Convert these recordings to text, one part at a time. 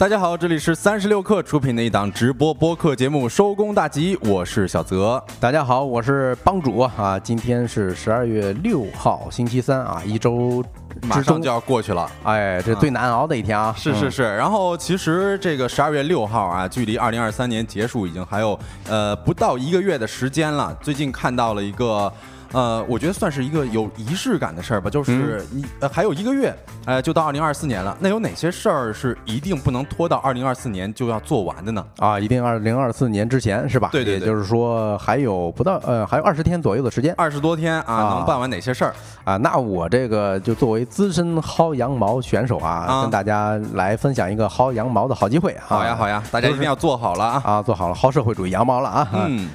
大家好，这里是36氪出品的一档直播播客节目《收工大吉》，我是小泽。 大家好，我是帮主啊。今天是12月6号，星期三啊，一周马上就要过去了， 哎，这最难熬的一天啊！ 是。然后其实这个12月6号啊，距离2023年结束已经还有不到1个月的时间了。最近看到了一个。我觉得算是一个有仪式感的事儿吧，就是你还有1个月，就到2024年了。那有哪些事儿是一定不能拖到2024年就要做完的呢？ 啊，一定2024年之前是吧？ 对， 也就是说还有不到还有20天左右的时间 ，20多天啊，能办完哪些事儿啊？那我这个就作为资深薅羊毛选手啊，跟大家来分享一个薅羊毛的好机会啊！ 好呀，大家一定要做好了啊！ 做好了薅社会主义羊毛了啊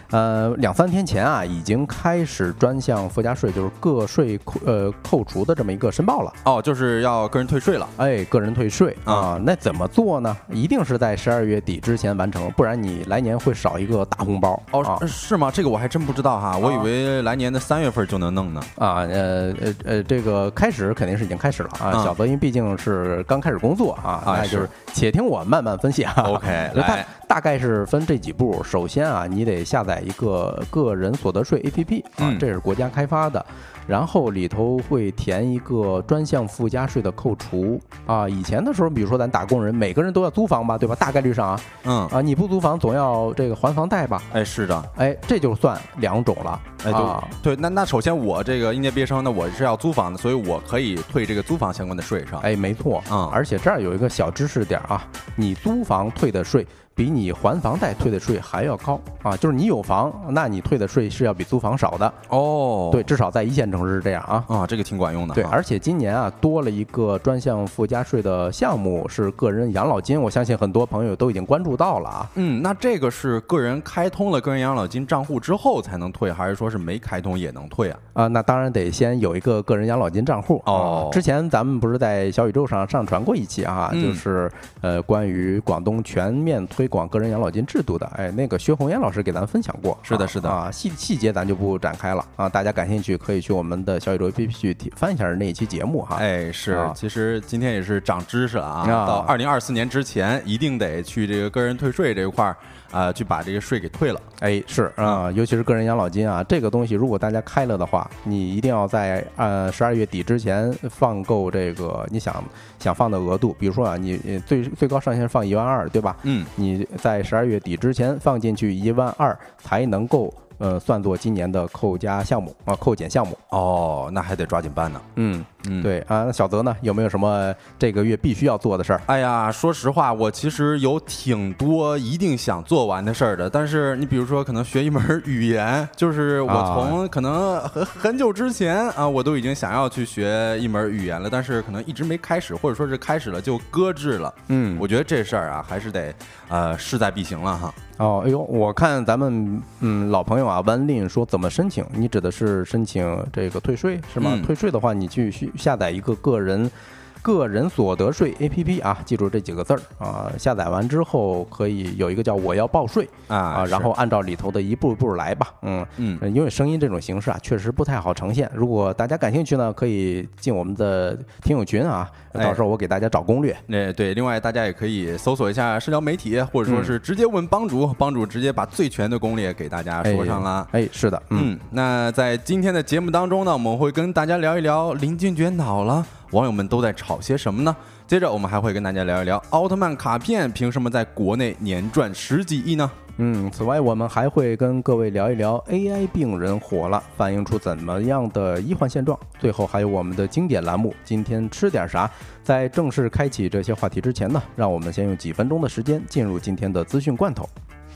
！2-3天前啊，已经开始专项附加税，就是个税扣除的这么一个申报了。 哦，就是要个人退税了。 哎，个人退税啊，那怎么做呢？一定是在12月底之前完成，不然你来年会少一个大红包。 哦，是吗？这个我还真不知道哈，我以为来年的3月份就能弄呢。 啊，这个开始肯定是已经开始了啊。小泽因毕竟是刚开始工作啊，那就是且听我慢慢分析啊。 OK， 来。 大概是分这几步。首先啊，你得下载一个个人所得税 APP 啊，这是国家开发的。然后里头会填一个专项附加税的扣除啊。以前的时候，比如说咱打工人，每个人都要租房吧，对吧？大概率上啊，你不租房总要这个还房贷吧？ 哎，是的， 哎，这就算2种了。 哎，对，那首先我这个应届毕业生，那我是要租房的，所以我可以退这个租房相关的税，是吧？ 哎，没错而且这儿有一个小知识点啊，你租房退的税比你还房贷退的税还要高啊！就是你有房，那你退的税是要比租房少的哦。 对，至少在1线城市是这样啊。 这个挺管用的。 对，而且今年啊多了一个专项附加税的项目，是个人养老金。我相信很多朋友都已经关注到了啊。 那这个是个人开通了个人养老金账户之后才能退，还是说是没开通也能退啊？ 那当然得先有一个个人养老金账户哦。 之前咱们不是在小宇宙上传过一期啊，就是关于广东全面推广个人养老金制度的，哎，那个薛红岩老师给咱分享过。 是的啊，细节咱就不展开了啊，大家感兴趣可以去我们的小宇宙 APP 去翻一下那一期节目哈。 哎，是，其实今天也是长知识了啊，到2024年之前一定得去这个个人退税这一块儿去把这个税给退了。 哎，是啊，尤其是个人养老金啊，这个东西如果大家开了的话，你一定要在12月底之前放够这个你想放的额度。比如说啊，你最高上限放12000，对吧？你在12月底之前放进去12000才能够算作今年的扣加项目啊，扣减项目。 哦，那还得抓紧办呢。 对啊，那小泽呢，有没有什么这个月必须要做的事儿？ 哎呀，说实话，我其实有挺多一定想做完的事儿的。但是你比如说，可能学一门语言，就是我从可能很久之前啊，我都已经想要去学一门语言了，但是可能一直没开始，或者说是开始了就搁置了。我觉得这事儿啊，还是得势在必行了哈。 哦，哎呦，我看咱们老朋友啊，文令说怎么申请？你指的是申请这个退税是吗？退税的话，你去下载一个个人所得税 APP 啊，记住这几个字儿啊。下载完之后可以有一个叫我要报税然后按照里头的一步一步来吧。因为声音这种形式啊，确实不太好呈现。如果大家感兴趣呢，可以进我们的听友群啊，到时候我给大家找攻略。 对，另外大家也可以搜索一下社交媒体，或者说是直接问帮主直接把最全的攻略给大家说上了。 是的， 那在今天的节目当中呢，我们会跟大家聊一聊林俊杰恼了，网友们都在吵些什么呢？接着我们还会跟大家聊一聊奥特曼卡片凭什么在国内年赚10几亿呢？ 此外我们还会跟各位聊一聊 AI 病人火了，反映出怎么样的医患现状。最后还有我们的经典栏目今天吃点啥。在正式开启这些话题之前呢，让我们先用几分钟的时间进入今天的资讯罐头。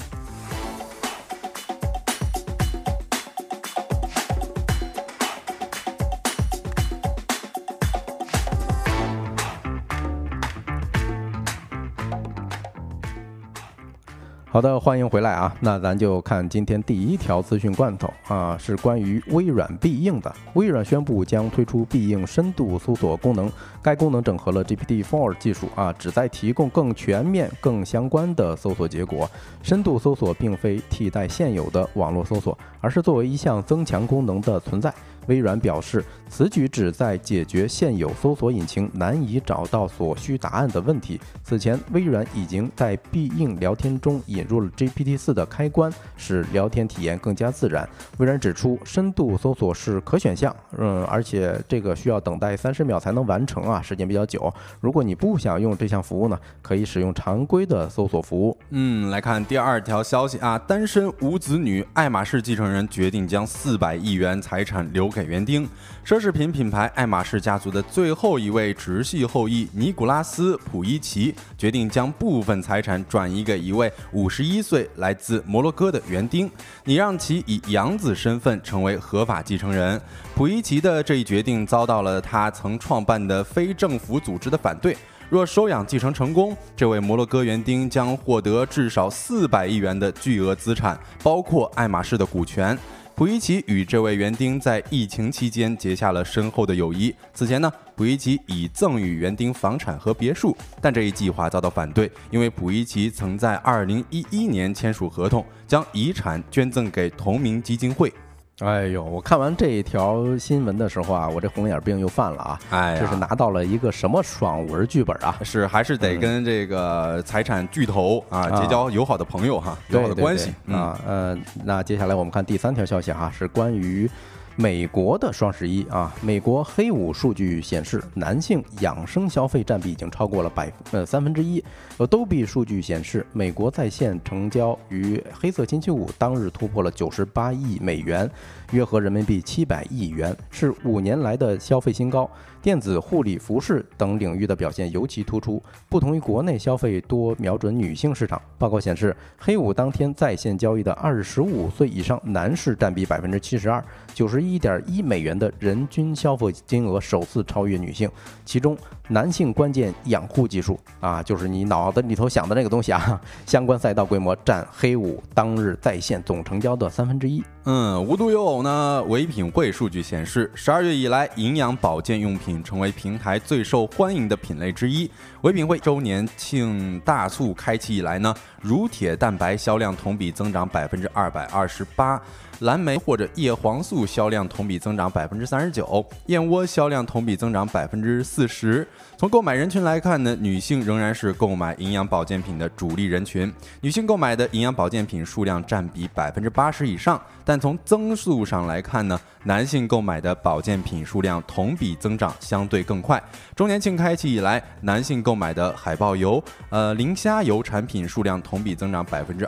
好的，欢迎回来啊！那咱就看今天第一条资讯罐头啊，是关于微软必应的。微软宣布将推出必应深度搜索功能，该功能整合了 GPT-4 技术啊，旨在提供更全面、更相关的搜索结果。深度搜索并非替代现有的网络搜索，而是作为一项增强功能的存在。 微软表示，此举旨在解决现有搜索引擎难以找到所需答案的问题。此前，微软已经在必应聊天中引入了 GPT-4 的开关，使聊天体验更加自然。微软指出，深度搜索是可选项，而且这个需要等待30秒才能完成啊，时间比较久。如果你不想用这项服务呢，可以使用常规的搜索服务。 来看第2条消息啊，单身无子女，爱马仕继承人决定将400亿元财产留给园丁。奢侈品品牌爱马仕家族的最后一位直系后裔尼古拉斯·普伊奇决定将部分财产转移给一位51岁来自摩洛哥的园丁，拟让其以养子身份成为合法继承人。普伊奇的这一决定遭到了他曾创办的非政府组织的反对。若收养继承成功，这位摩洛哥园丁将获得至少400亿元的巨额资产，包括爱马仕的股权。普伊奇与这位园丁在疫情期间结下了深厚的友谊。此前呢，普伊奇已赠予园丁房产和别墅，但这一计划遭到反对，因为普伊奇曾在2011年签署合同，将遗产捐赠给同名基金会。 哎呦，我看完这一条新闻的时候啊，我这红眼病又犯了啊！这是拿到了一个什么爽文剧本啊？ 是还是得跟这个财产巨头结交友好的朋友哈，友好的关系啊。那接下来我们看第3条消息哈，是关于美国的双11啊。美国黑五数据显示，男性养生消费占比已经超过了1/3。Adobe 数据显示，美国在线成交于黑色星期五当日突破了98亿美元，约合人民币700亿元，是5年来的消费新高。电子、护理、服饰等领域的表现尤其突出，不同于国内消费多瞄准女性市场。报告显示，黑五当天在线交易的25岁以上男士占比72%，91.1美元的人均消费金额首次超越女性。其中，男性关键养护技术啊，就是你脑子里头想的那个东西啊，相关赛道规模占黑五当日在线总成交的1/3。 无独有偶呢，唯品会数据显示，12月以来，营养保健用品成为平台最受欢迎的品类之一。唯品会周年庆大促开启以来呢，乳铁蛋白销量同比增长228%，蓝莓或者叶黄素销量同比增长39%，燕窝销量同比增长40%。从购买人群来看呢，女性仍然是购买营养保健品的主力人群，女性购买的营养保健品数量占比80%以上。但从增速上来看呢，男性购买的保健品数量同比增长相对更快。周年庆开启以来，男性购买的海豹油、磷虾油产品数量同比增长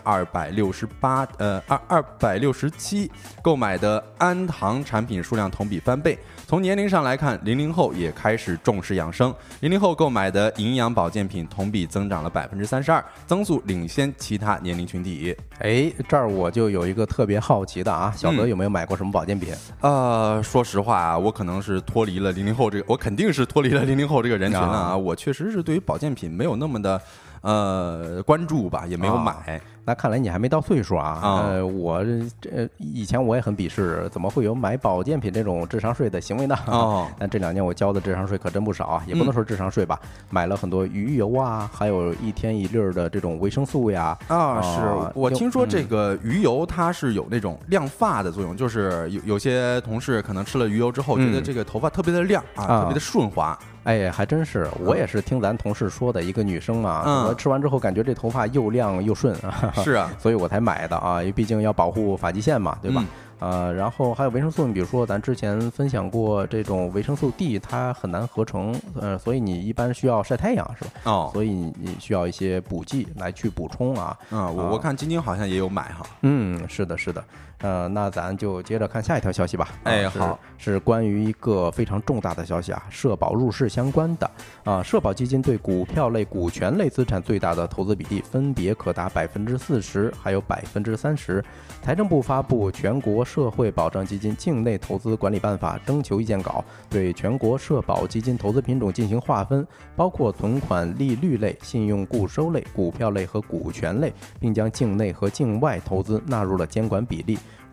267%，购买的氨糖产品数量同比翻倍。从年龄上来看，00后也开始重视养生，00后购买的营养保健品同比增长了32%，增速领先其他年龄群体。 这儿我就有一个特别好奇的啊，小德有没有买过什么保健品？ 说实话啊，我可能是脱离了00后这个，我肯定是脱离了00后这个人群了啊。我确实是对于保健品没有那么的关注吧，也没有买。 那看来你还没到岁数啊！我以前我也很鄙视，怎么会有买保健品这种智商税的行为呢？但这2年我交的智商税可真不少啊，也不能说智商税吧，买了很多鱼油啊，还有1天1粒的这种维生素呀。 是我听说这个鱼油它是有那种亮发的作用，就是有些同事可能吃了鱼油之后，觉得这个头发特别的亮特别的顺滑。 还真是，我也是听咱同事说的，一个女生嘛，我吃完之后感觉这头发又亮又顺是啊， 所以我才买的啊，因为毕竟要保护发际线嘛，对吧？然后还有维生素，你比如说咱之前分享过这种维生素 D， 它很难合成，所以你一般需要晒太阳，是吧？所以你需要一些补剂来去补充啊。 我看晶晶好像也有买哈。 是的，是的。那咱就接着看下一条消息吧。 好， 是关于一个非常重大的消息啊，社保入市相关的社保基金对股票类、股权类资产最大的投资比例分别可达40%，还有30%。财政部发布全国社会保障基金境内投资管理办法征求意见稿，对全国社保基金投资品种进行划分，包括存款利率类、信用固收类、股票类和股权类，并将境内和境外投资纳入了监管比例。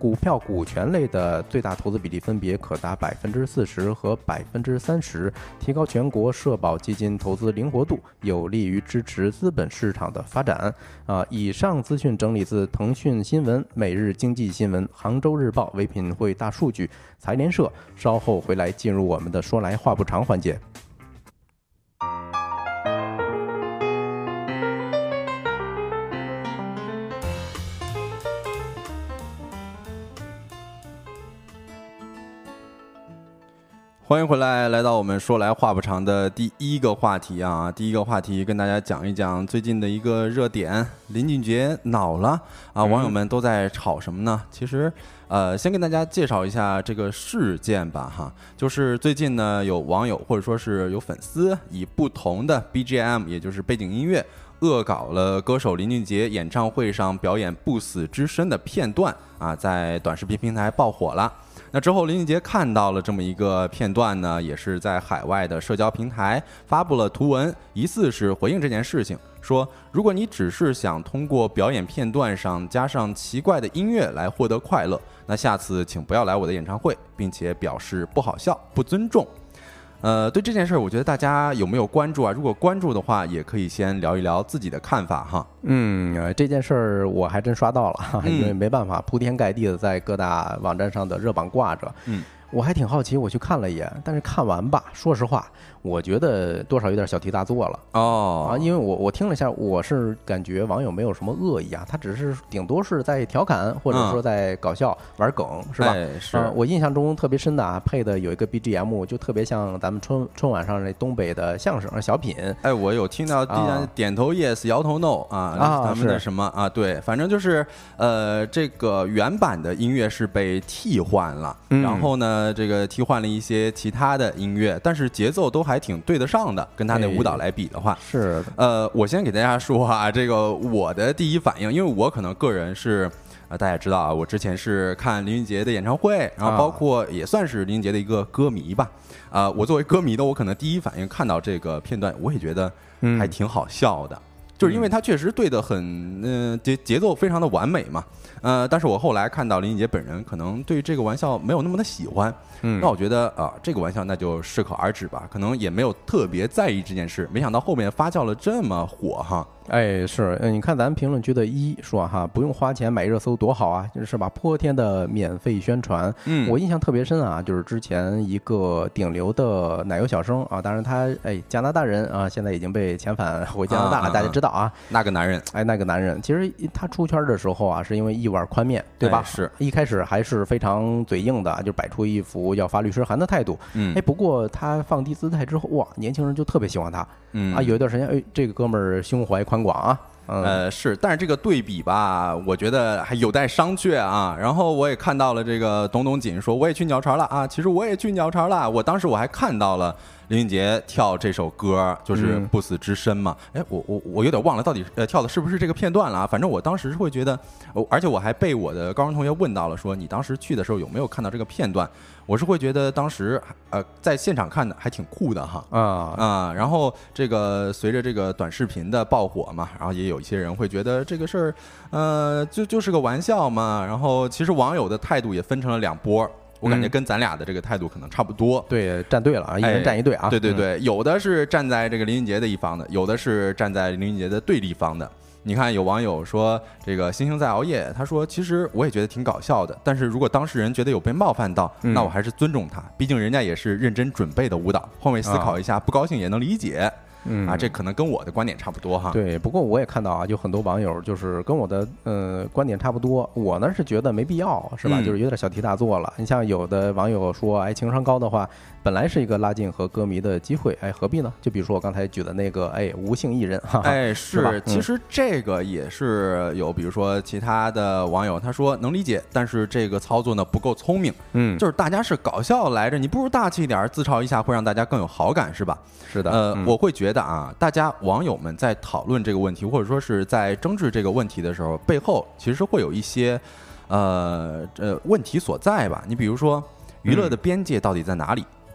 股票股权类的最大投资比例分别可达40%和30%，提高全国社保基金投资灵活度，有利于支持资本市场的发展。以上资讯整理自腾讯新闻、每日经济新闻、杭州日报、唯品会大数据、财联社。稍后回来进入我们的说来话不长环节。 欢迎回来，来到我们说来话不长的第一个话题啊！第一个话题跟大家讲一讲最近的一个热点，林俊杰恼了啊！网友们都在吵什么呢？其实，先跟大家介绍一下这个事件吧哈，就是最近呢有网友或者说是有粉丝以不同的 BGM， 也就是背景音乐，恶搞了歌手林俊杰演唱会上表演不死之身的片段啊，在短视频平台爆火了。那之后，林俊杰看到了这么一个片段呢，也是在海外的社交平台发布了图文，疑似是回应这件事情，说如果你只是想通过表演片段上加上奇怪的音乐来获得快乐，那下次请不要来我的演唱会，并且表示不好笑、不尊重。对这件事儿，我觉得大家有没有关注啊？如果关注的话，也可以先聊一聊自己的看法哈。 这件事儿我还真刷到了，因为没办法，铺天盖地的在各大网站上的热榜挂着。我还挺好奇，我去看了一眼，但是看完吧，说实话，我觉得多少有点小题大做了因为我听了一下，我是感觉网友没有什么恶意啊，他只是顶多是在调侃或者说在搞笑玩梗，是吧？ 是我印象中特别深的啊，配的有一个 BGM， 就特别像咱们春晚上那东北的相声小品。 我有听到点头 yes， 摇头 no 他们的什么啊？对，反正就是这个原版的音乐是被替换了，然后呢。这个替换了一些其他的音乐，但是节奏都还挺对得上的，跟他那舞蹈来比的话， 是我先给大家说啊，这个我的第一反应，因为我可能个人是大家知道啊，我之前是看林俊杰的演唱会，然后包括也算是林俊杰的一个歌迷吧，我作为歌迷的，我可能第一反应看到这个片段，我也觉得还挺好笑的。就是因为他确实对得很，节奏非常的完美嘛，但是我后来看到林俊杰本人可能对这个玩笑没有那么的喜欢，那我觉得这个玩笑那就适可而止吧，可能也没有特别在意这件事，没想到后面发酵了这么火哈。 是，你看咱们评论区的说哈，不用花钱买热搜多好啊，是吧？泼天的免费宣传，我印象特别深啊，就是之前一个顶流的奶油小生啊，当然他加拿大人啊，现在已经被遣返回加拿大了，大家知道啊， 那个男人， 其实他出圈的时候啊，是因为一碗宽面，对吧？ 是一开始还是非常嘴硬的，就摆出一副要发律师函的态度，不过他放低姿态之后，哇，年轻人就特别喜欢他，有一段时间，这个哥们儿胸怀宽广啊。 是，但是这个对比吧，我觉得还有待商榷啊。然后我也看到了这个董锦说，我也去鸟巢了啊，其实我也去鸟巢了。当时我还看到了林俊杰跳这首歌，就是《不死之身》嘛。我有点忘了到底跳的是不是这个片段了啊。反正我当时会觉得，而且我还被我的高中同学问到了，说你当时去的时候有没有看到这个片段？我是会觉得当时在现场看的还挺酷的哈然后这个随着这个短视频的爆火嘛，然后也有一些人会觉得这个事儿就是个玩笑嘛，然后其实网友的态度也分成了两波，我感觉跟咱俩的这个态度可能差不多。 对，站队了啊，一人站一队啊。 对，有的是站在这个林俊杰的一方的，有的是站在林俊杰的对立方的。你看有网友说这个星星在熬夜，他说其实我也觉得挺搞笑的，但是如果当事人觉得有被冒犯到，那我还是尊重他，毕竟人家也是认真准备的舞蹈，换位思考一下，不高兴也能理解。这可能跟我的观点差不多哈。 对，不过我也看到啊，有很多网友就是跟我的观点差不多。我呢是觉得没必要，是吧？就是有点小题大做了。你像有的网友说，情商高的话，本来是一个拉近和歌迷的机会，何必呢？就比如说我刚才举的那个吴姓艺人， 是，其实这个也是有，比如说其他的网友他说能理解，但是这个操作呢不够聪明。就是大家是搞笑来着，你不如大气一点，自嘲一下会让大家更有好感，是吧？ 是的， 我会觉得啊，大家网友们在讨论这个问题，或者说是在争执这个问题的时候，背后其实会有一些问题所在吧。你比如说，娱乐的边界到底在哪里？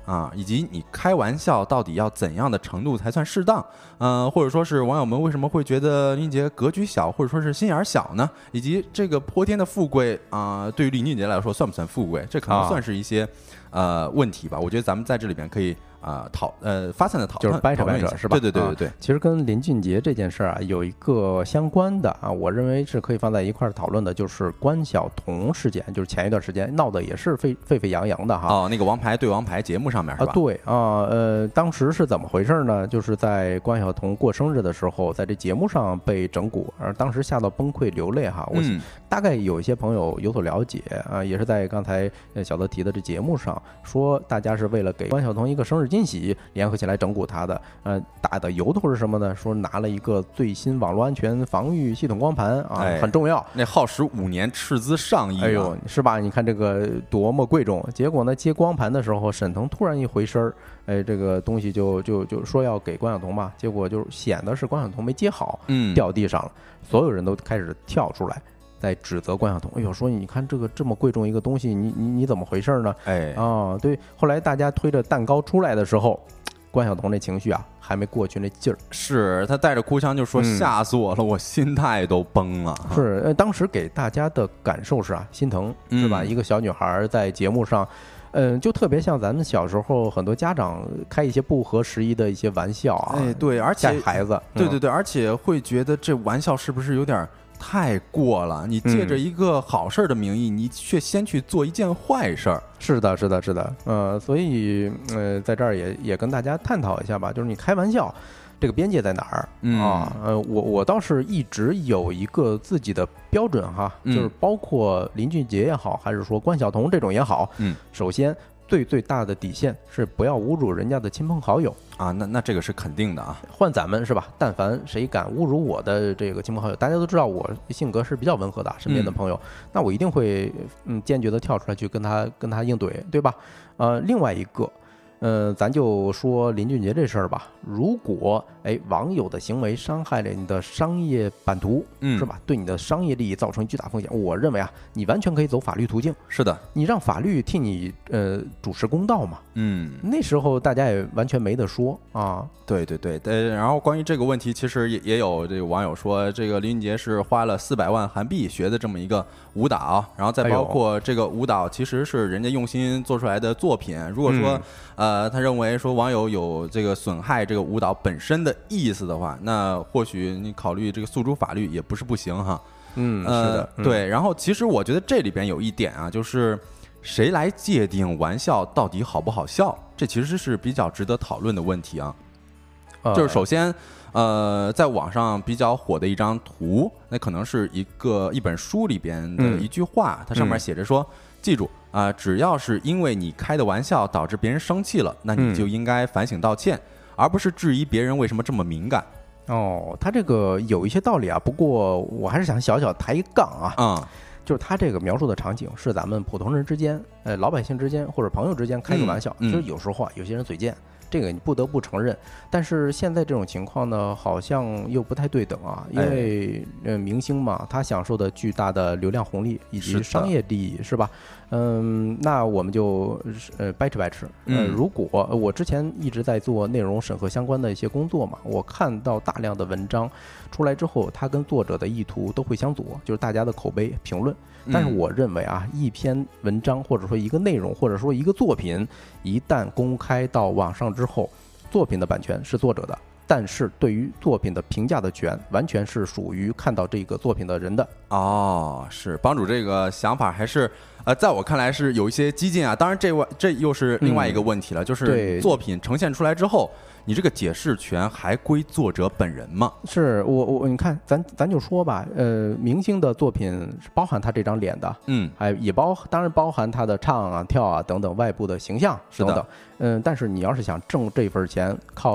啊，以及你开玩笑到底要怎样的程度才算适当？或者说是网友们为什么会觉得林俊杰格局小，或者说是心眼小呢？以及这个泼天的富贵对于林俊杰来说算不算富贵？这可能算是一些问题吧。我觉得咱们在这里边可以发散的讨论， 就是掰扯掰扯是吧？ 对。 其实跟林俊杰这件事啊有一个相关的我认为是可以放在一块儿讨论的，就是关晓彤事件，就是前一段时间闹得也是沸沸扬扬的哈。 那个王牌对王牌节目上面是吧？ 对当时是怎么回事呢？就是在关晓彤过生日的时候，在这节目上被整蛊，而当时吓到崩溃流泪哈。我大概有一些朋友有所了解也是在刚才小德提的这节目上说，大家是为了给关晓彤一个生日惊喜，联合起来整蛊他的。打的由头是什么呢？说拿了一个最新网络安全防御系统光盘很重要， 那耗时5年，斥资上亿， 哎呦，是吧？你看这个多么贵重。结果呢，接光盘的时候，沈腾突然一回身这个东西就说要给关晓彤嘛，结果就显得是关晓彤没接好，掉地上了。所有人都开始跳出来在指责关晓彤，哎呦，说你看这么贵重一个东西，你怎么回事呢？对。后来大家推着蛋糕出来的时候，关晓彤那情绪还没过去那劲儿， 是他带着哭腔就说吓死我了，我心态都崩了。 是当时给大家的感受是心疼，是吧？一个小女孩在节目上。就特别像咱们小时候很多家长开一些不合时宜的一些玩笑对，而且孩子， 对，而且会觉得这玩笑是不是有点太过了？你借着一个好事的名义，你却先去做一件坏事儿。 是的，所以在这儿也跟大家探讨一下吧，就是你开玩笑。这个边界在哪儿我倒是一直有一个自己的标准哈，就是包括林俊杰也好，还是说关晓彤这种也好，首先最大的底线是不要侮辱人家的亲朋好友那这个是肯定的换咱们是吧？但凡谁敢侮辱我的这个亲朋好友，大家都知道我性格是比较温和的，身边的朋友，那我一定会坚决的跳出来去跟他应对，对吧？另外一个。咱就说林俊杰这事儿吧。如果网友的行为伤害了你的商业版图，是吧？对你的商业利益造成巨大风险，我认为你完全可以走法律途径。 是的， 你让法律替你主持公道嘛。那时候大家也完全没得说对。然后关于这个问题，其实也有这个网友说，这个林俊杰是花了400万韩币学的这么一个舞蹈，然后再包括这个舞蹈其实是人家用心做出来的作品。如果说他认为说网友有这个损害这个舞蹈本身的意思的话，那或许你考虑这个诉诸法律也不是不行哈。 是的， 对。然后其实我觉得这里边有一点就是谁来界定玩笑到底好不好笑，这其实是比较值得讨论的问题就是首先在网上比较火的一张图，那可能是一本书里边的一句话，它上面写着说，记住只要是因为你开的玩笑导致别人生气了，那你就应该反省道歉，而不是质疑别人为什么这么敏感。 他这个有一些道理不过我还是想小小抬一杠就是他这个描述的场景是咱们普通人之间老百姓之间或者朋友之间开个玩笑，其实有时候有些人嘴贱，这个你不得不承认。但是现在这种情况呢，好像又不太对等因为明星嘛，他享受的巨大的流量红利以及商业利益，是吧？那我们就掰扯掰扯。如果我之前一直在做内容审核相关的一些工作嘛，我看到大量的文章出来之后，它跟作者的意图都会相左，就是大家的口碑评论。但是我认为一篇文章或者说一个内容或者说一个作品，一旦公开到网上之后，作品的版权是作者的，但是对于作品的评价的权完全是属于看到这个作品的人的。 是帮主这个想法还是在我看来是有一些激进当然这又是另外一个问题了，就是作品呈现出来之后，你这个解释权还归作者本人吗？是你看咱就说吧，明星的作品包含他这张脸的，也当然包含他的唱跳等等外部的形象等等。但是你要是想挣这份钱，靠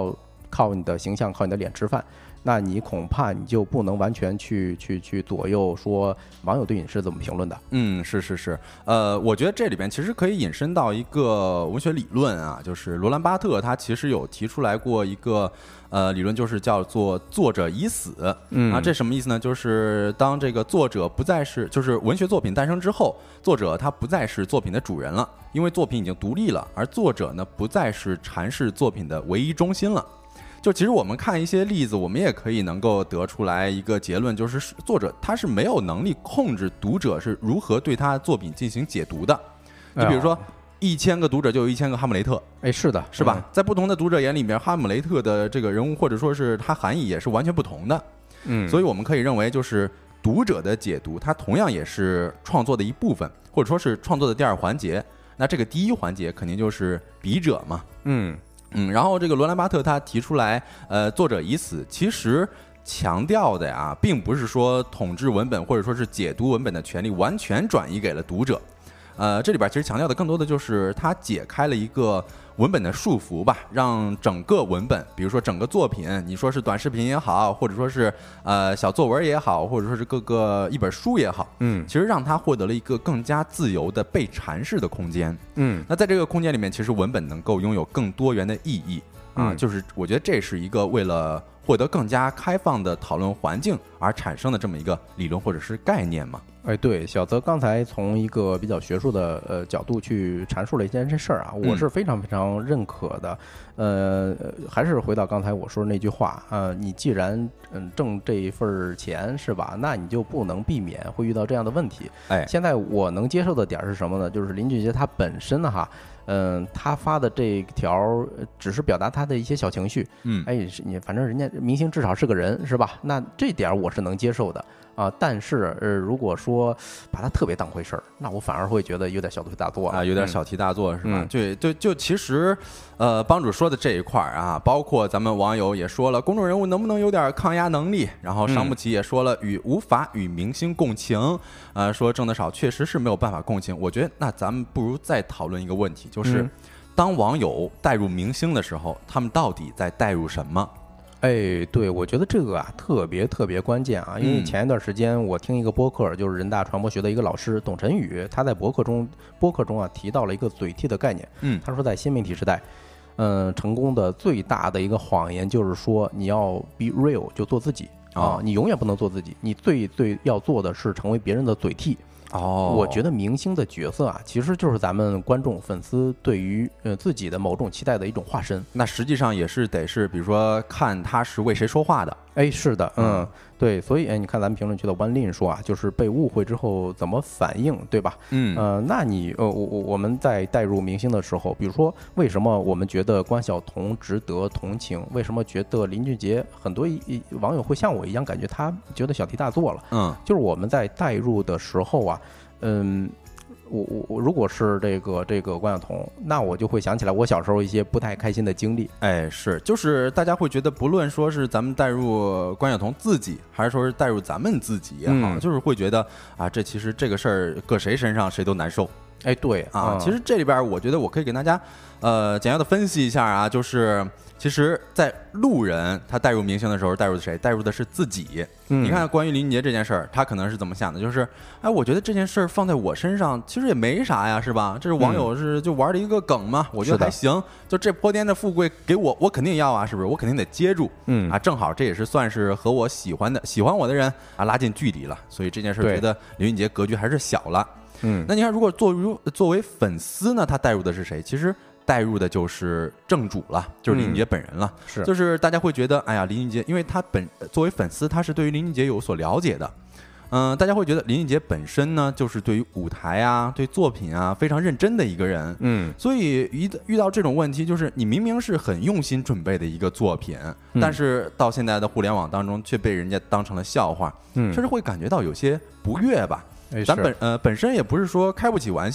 靠你的形象、靠你的脸吃饭，那你恐怕你就不能完全去左右说网友对你是怎么评论的。 是，我觉得这里边其实可以引申到一个文学理论啊，就是罗兰巴特他其实有提出来过一个理论，就是叫做作者已死。这什么意思呢？就是当这个作者不再是，就是文学作品诞生之后，作者他不再是作品的主人了，因为作品已经独立了，而作者呢不再是阐释作品的唯一中心了。就其实我们看一些例子，我们也可以能够得出来一个结论，就是作者他是没有能力控制读者是如何对他的作品进行解读的。就比如说1000个读者就有1000个哈姆雷特， 是的， 是吧？在不同的读者眼里面，哈姆雷特的这个人物或者说是他含义也是完全不同的。所以我们可以认为，就是读者的解读，它同样也是创作的一部分，或者说是创作的第二环节。那这个第一环节肯定就是笔者嘛。然后这个罗兰巴特他提出来，作者已死，其实强调的呀，并不是说统治文本或者说是解读文本的权利完全转移给了读者，这里边其实强调的更多的就是他解开了一个文本的束缚吧，让整个文本，比如说整个作品，你说是短视频也好，或者说是小作文也好，或者说是一本书也好，其实让它获得了一个更加自由的被阐释的空间。那在这个空间里面，其实文本能够拥有更多元的意义啊，就是我觉得这是一个为了获得更加开放的讨论环境而产生的这么一个理论或者是概念嘛。 对，小泽刚才从一个比较学术的角度去阐述了一件这事儿啊，我是非常非常认可的。还是回到刚才我说的那句话，你既然挣这一份钱是吧，那你就不能避免会遇到这样的问题。现在我能接受的点是什么呢？就是林俊杰他本身哈。他发的这条只是表达他的一些小情绪，你反正人家明星至少是个人是吧？那这点我是能接受的啊。但是如果说把他特别当回事儿，那我反而会觉得有点小题大做啊， 有点小题大做是吧？就其实帮主说的这一块啊，包括咱们网友也说了，公众人物能不能有点抗压能力？然后商木奇也说了，无法与明星共情，说挣得少确实是没有办法共情。我觉得那咱们不如再讨论一个问题。就是当网友带入明星的时候，他们到底在带入什么？ 对，我觉得这个啊特别关键啊，因为前一段时间我听一个播客，就是人大传播学的一个老师董晨宇，他在播客中啊提到了一个嘴替的概念。他说在新媒体时代，成功的最大的一个谎言就是说你要 be real， 就做自己啊，你永远不能做自己，你最要做的是成为别人的嘴替。我觉得明星的角色啊，其实就是咱们观众粉丝对于自己的某种期待的一种化身。 那实际上也是得是，比如说看他是为谁说话的。 是的，对，所以你看咱们评论区的One Lin说啊，就是被误会之后怎么反应，对吧？那你我们在带入明星的时候，比如说为什么我们觉得关晓彤值得同情？为什么觉得林俊杰很多网友会像我一样感觉他觉得小题大做了？就是我们在带入的时候啊，我如果是这个关晓彤，那我就会想起来我小时候一些不太开心的经历。 就是大家会觉得，不论说是咱们带入关晓彤自己，还是说是带入咱们自己也好，就是会觉得啊，其实这个事儿搁谁身上谁都难受。 对啊， 其实这里边我觉得我可以给大家简要的分析一下啊，就是其实在路人他带入明星的时候，带入的谁？带入的是自己。你看关于林俊杰这件事儿，他可能是怎么想的？就是我觉得这件事儿放在我身上其实也没啥呀，是吧？这是网友就玩的一个梗嘛，我觉得还行。就这泼天的富贵给我肯定要啊，是不是？我肯定得接住。正好这也是算是和我喜欢我的人拉近距离了，所以这件事觉得林俊杰格局还是小了。那你看，如果作为粉丝呢，他带入的是谁？其实带入的就是正主了，就是林俊杰本人了。就是大家会觉得，林俊杰，因为他作为粉丝，他是对于林俊杰有所了解的。大家会觉得林俊杰本身呢，就是对于舞台啊、对作品啊非常认真的一个人。所以遇到这种问题，就是你明明是很用心准备的一个作品，但是到现在的互联网当中却被人家当成了笑话，甚至会感觉到有些不悦吧。咱本身也不是说开不起玩笑，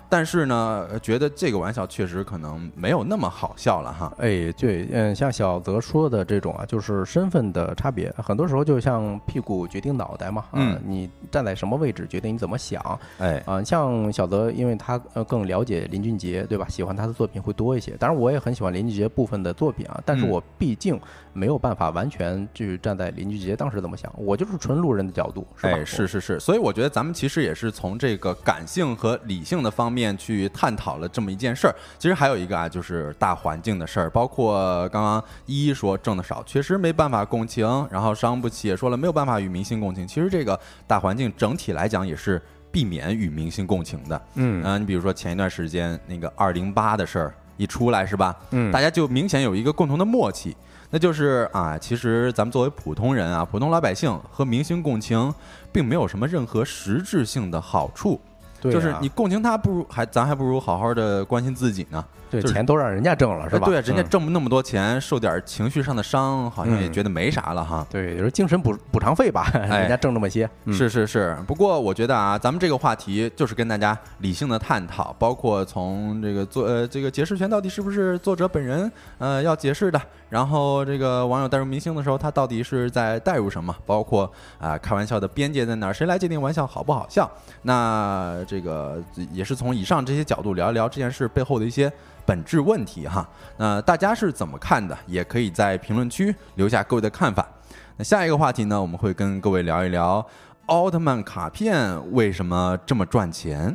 但是呢，觉得这个玩笑确实可能没有那么好笑了哈。 哎，对，像小泽说的这种啊，就是身份的差别，很多时候就像屁股决定脑袋嘛，你站在什么位置决定你怎么想，像小泽，因为他更了解林俊杰，对吧？喜欢他的作品会多一些。当然，我也很喜欢林俊杰部分的作品啊，但是我毕竟没有办法完全去站在林俊杰当时怎么想，我就是纯路人的角度，是吧？ 是，所以我觉得咱们其实也是从这个感性和理性的方面去探讨了这么一件事儿。其实还有一个啊，就是大环境的事儿，包括刚刚一说挣得少，确实没办法共情，然后商不起也说了没有办法与明星共情。其实这个大环境整体来讲也是避免与明星共情的。你比如说前一段时间那个208的事儿一出来是吧？大家就明显有一个共同的默契。那就是啊，其实咱们作为普通人啊，普通老百姓和明星共情，并没有什么任何实质性的好处。 对啊， 就是你共情他，咱还不如好好的关心自己呢。 对，钱都让人家挣了，是吧？ 对啊，人家挣不那么多钱，受点情绪上的伤，好像也觉得没啥了哈。 对，就是精神补偿费吧，人家挣那么些。 是。不过我觉得啊，咱们这个话题就是跟大家理性的探讨，包括从这个这个解释权到底是不是作者本人要解释的，然后这个网友带入明星的时候，他到底是在带入什么？包括开玩笑的边界在哪儿？谁来界定玩笑好不好笑？那这个也是从以上这些角度聊一聊这件事背后的一些本质问题哈。那大家是怎么看的？也可以在评论区留下各位的看法。那下一个话题呢，我们会跟各位聊一聊奥特曼卡片为什么这么赚钱。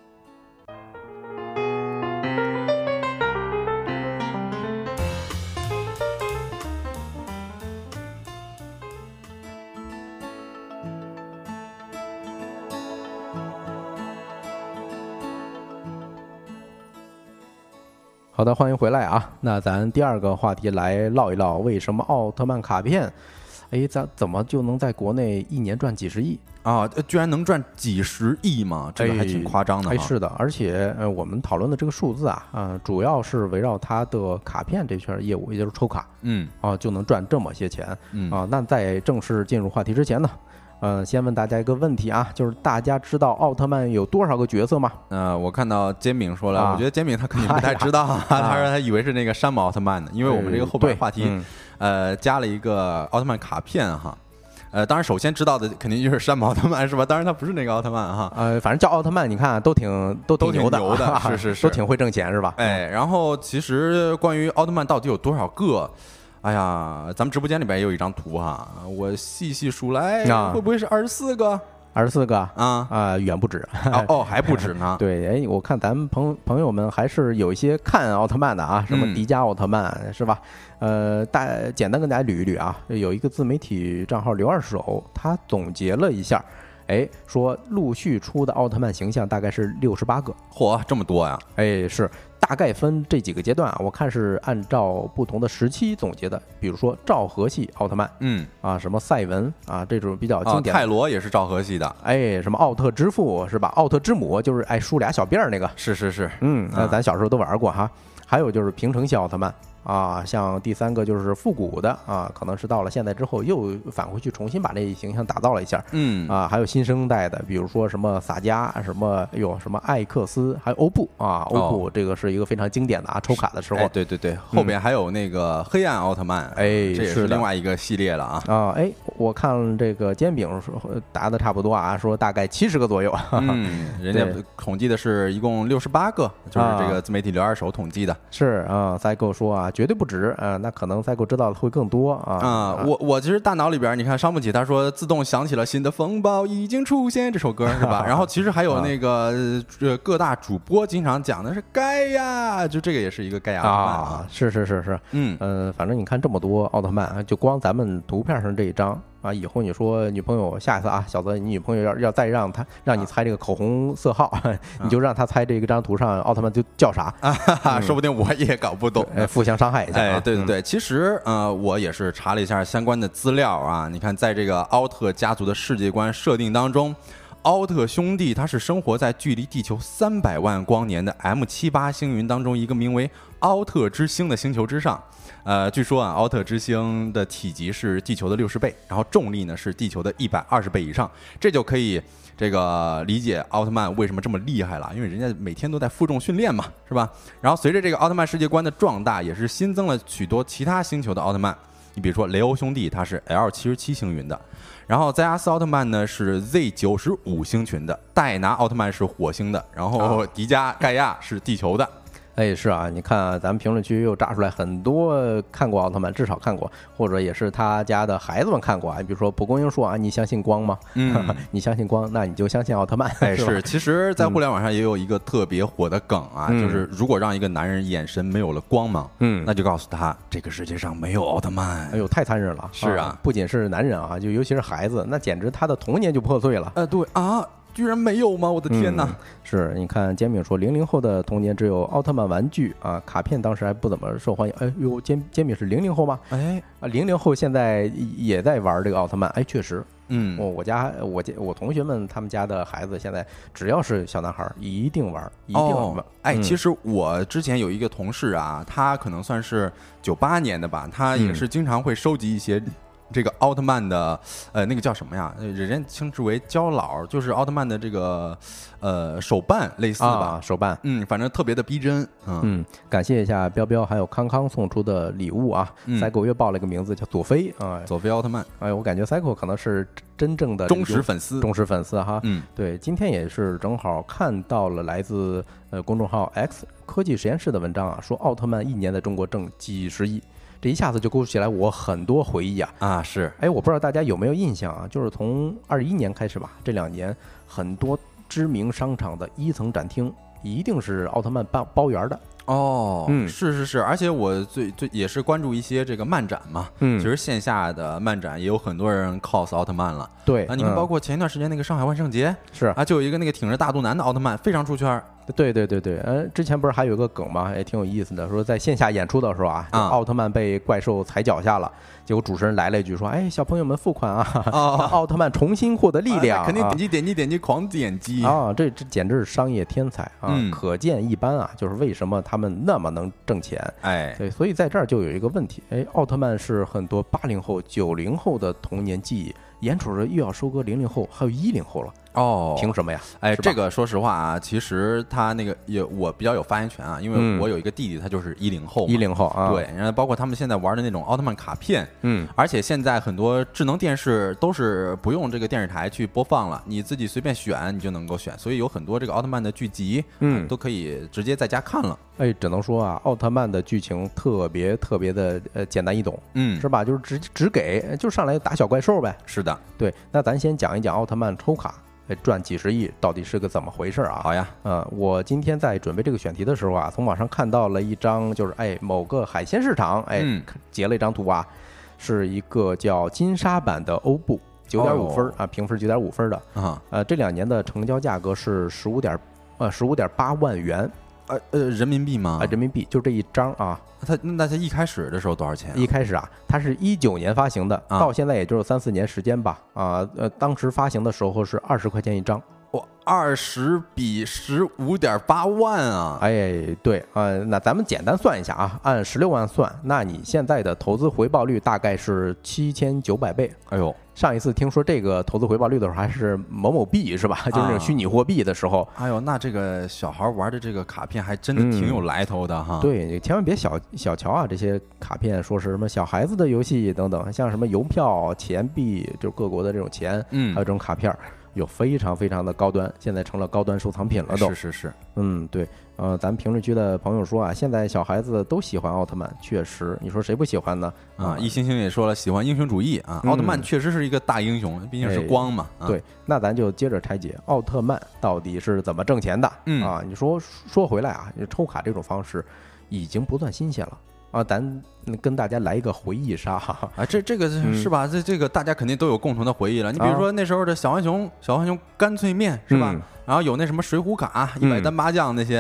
好的，欢迎回来啊！那咱第二个话题来唠一唠，为什么奥特曼卡片，咱怎么就能在国内一年赚几十亿啊？居然能赚几十亿吗？这个还挺夸张的。 是的，而且我们讨论的这个数字啊，主要是围绕它的卡片这圈业务，也就是抽卡，就能赚这么些钱，那在正式进入话题之前呢，先问大家一个问题啊，就是大家知道奥特曼有多少个角色吗？ 我看到煎饼说了，我觉得煎饼他肯定不太知道，他说他以为是那个山姆奥特曼的，因为我们这个后边话题加了一个奥特曼卡片哈。当然首先知道的肯定就是山姆奥特曼是吧？当然他不是那个奥特曼哈。 反正叫奥特曼，你看都挺牛的， 是， 都挺会挣钱是吧？ 然后其实关于奥特曼到底有多少个？哎呀，咱们直播间里边也有一张图哈，我细细数来，会不会是24个 ？24个啊，远不止还不止呢。 对，我看咱们朋友们还是有一些看奥特曼的啊，什么迪迦奥特曼是吧？简单跟大家捋一捋啊，有一个自媒体账号刘二手，他总结了一下，说陆续出的奥特曼形象大概是68个， 嚯，这么多呀！ 是。大概分这几个阶段啊，我看是按照不同的时期总结的。比如说昭和系奥特曼，什么赛文啊，这种比较经典。 泰罗也是昭和系的， 什么奥特之父是吧？奥特之母就是梳俩小辫儿那个， 是， 那咱小时候都玩过哈。还有就是平成系奥特曼。像第三个就是复古的可能是到了现代之后又返回去重新把这形象打造了一下，还有新生代的，比如说什么萨迦，什么艾克斯，还有欧布欧布这个是一个非常经典的抽卡的时候， 对，后边还有那个黑暗奥特曼，这也是另外一个系列了我看这个煎饼答的差不多说大概70个左右， 人家统计的是一共68个，就是这个自媒体刘二手统计的， 是赛狗说绝对不止那可能赛狗知道的会更多我其实大脑里边，你看伤不起他说自动想起了新的风暴已经出现这首歌是吧？然后其实还有那个各大主播经常讲的是盖亚，就这个也是一个盖亚奥特曼是，反正你看这么多奥特曼，就光咱们图片上这一张。以后你说女朋友下一次小泽，你女朋友要再让你猜这个口红色号，你就让她猜这个张图上奥特曼就叫啥说不定我也搞不懂， 互相伤害一下对，其实我也是查了一下相关的资料你看在这个奥特家族的世界观设定当中， 奥特兄弟，它是生活在距离地球300万光年的 M78星云当中一个名为奥特之星的星球之上。据说啊，奥特之星的体积是地球的60倍，然后重力呢是地球的120倍以上，这就可以这个理解奥特曼为什么这么厉害了，因为人家每天都在负重训练嘛，是吧？然后随着这个奥特曼世界观的壮大，也是新增了许多其他星球的奥特曼。你比如说雷欧兄弟，他是 L77星云的，然后塞亚斯奥特曼呢是 Z95星群的，戴拿奥特曼是火星的，然后迪迦盖亚是地球的。 哎，是啊，你看咱们评论区又炸出来很多看过奥特曼，至少看过，或者也是他家的孩子们看过啊。比如说蒲公英说啊，你相信光吗？你相信光，那你就相信奥特曼。 哎，是，其实，在互联网上也有一个特别火的梗啊，就是如果让一个男人眼神没有了光芒，那就告诉他这个世界上没有奥特曼。 哎呦，太残忍了。 是啊， 不仅是男人啊，就尤其是孩子，那简直他的童年就破碎了。 对啊。居然没有吗？我的天哪！ 是，你看煎饼说00后的童年只有奥特曼玩具啊，卡片当时还不怎么受欢迎。哎呦，煎饼是00后吗？ 哎啊，00后现在也在玩这个奥特曼。哎，确实，我同学们他们家的孩子现在只要是小男孩一定玩，一定玩。 哎，其实我之前有一个同事啊，他可能算是98年的吧，他也是经常会收集一些。这个奥特曼的那个叫什么呀？人家称之为胶佬，就是奥特曼的这个手办类似吧， 手办， 反正特别的逼真。 感谢一下彪彪还有康康送出的礼物啊。赛狗月报了一个名字叫佐菲啊， 佐菲奥特曼。 哎，我感觉赛狗可能是真正的忠实粉丝哈。对，今天也是正好看到了来自公众号 X 科技实验室的文章啊，说奥特曼一年在中国挣几十亿。这一下子就勾起来我很多回忆啊！ 是， 哎，我不知道大家有没有印象啊？就是从21年开始吧，这2年很多知名商场的1层展厅一定是奥特曼包圆的。 是，而且我最也是关注一些这个漫展嘛，其实线下的漫展也有很多人 cos 奥特曼了。 对你看，包括前一段时间那个上海万圣节， 是啊， 就有一个那个挺着大肚腩的奥特曼，非常出圈。 对，之前不是还有一个梗吗？也挺有意思的，说在线下演出的时候啊，奥特曼被怪兽踩脚下了，结果主持人来了一句说：“哎，小朋友们付款啊，奥特曼重新获得力量。” 肯定点击狂点击啊！这简直是商业天才啊！可见一斑啊，就是为什么他们那么能挣钱。 哎， 对，所以在这儿就有一个问题，哎，奥特曼是很多80后、90后的童年记忆，眼瞅着又要收割00后，还有10后了。凭什么呀？ 哎，这个说实话啊，其实他那个我比较有发言权啊，因为我有一个弟弟，他就是10后 ，10后啊， 对，然后包括他们现在玩的那种奥特曼卡片，而且现在很多智能电视都是不用这个电视台去播放了，你自己随便选你就能够选，所以有很多这个奥特曼的剧集，都可以直接在家看了。 哎，只能说啊，奥特曼的剧情特别的简单易懂，是吧？就是只给就上来打小怪兽呗。 是的， 对。那咱先讲一讲奥特曼抽卡。赚几十亿到底是个怎么回事啊？ 好呀， 我今天在准备这个选题的时候啊，从网上看到了一张，就是某个海鲜市场，截了一张图啊，是一个叫金沙版的欧布，9.5分啊，评分9.5分的这2年的成交价格是15.8万元。 人民币吗？ 人民币就这一张啊。 那它一开始的时候多少钱？ 一开始啊，它是19年发行的，到现在也就是3-4年时间吧。当时发行的时候是20块钱一张。 20比15.8万啊！ 哎，对那咱们简单算一下啊，按16万算，那你现在的投资回报率大概是7900倍。 哎呦！ 上一次听说这个投资回报率的时候，还是某某币是吧？就是那种虚拟货币的时候。 哎呦，那这个小孩玩的这个卡片还真的挺有来头的哈。 对，你千万别小瞧啊，这些卡片说是什么小孩子的游戏等等，像什么邮票、钱币，就是各国的这种钱，还有这种卡片。有非常的高端，现在成了高端收藏品了都。 是。 对，咱们评论区的朋友说啊，现在小孩子都喜欢奥特曼，确实，你说谁不喜欢呢？ 一星星也说了，喜欢英雄主义啊，奥特曼确实是一个大英雄，毕竟是光嘛。 对，那咱就接着拆解奥特曼到底是怎么挣钱的你说回来啊，抽卡这种方式已经不算新鲜了。咱跟大家来一个回忆杀这个是吧？这个大家肯定都有共同的回忆了。你比如说那时候的小浣熊干脆面是吧？然后有那什么水浒卡、100单麻将那些。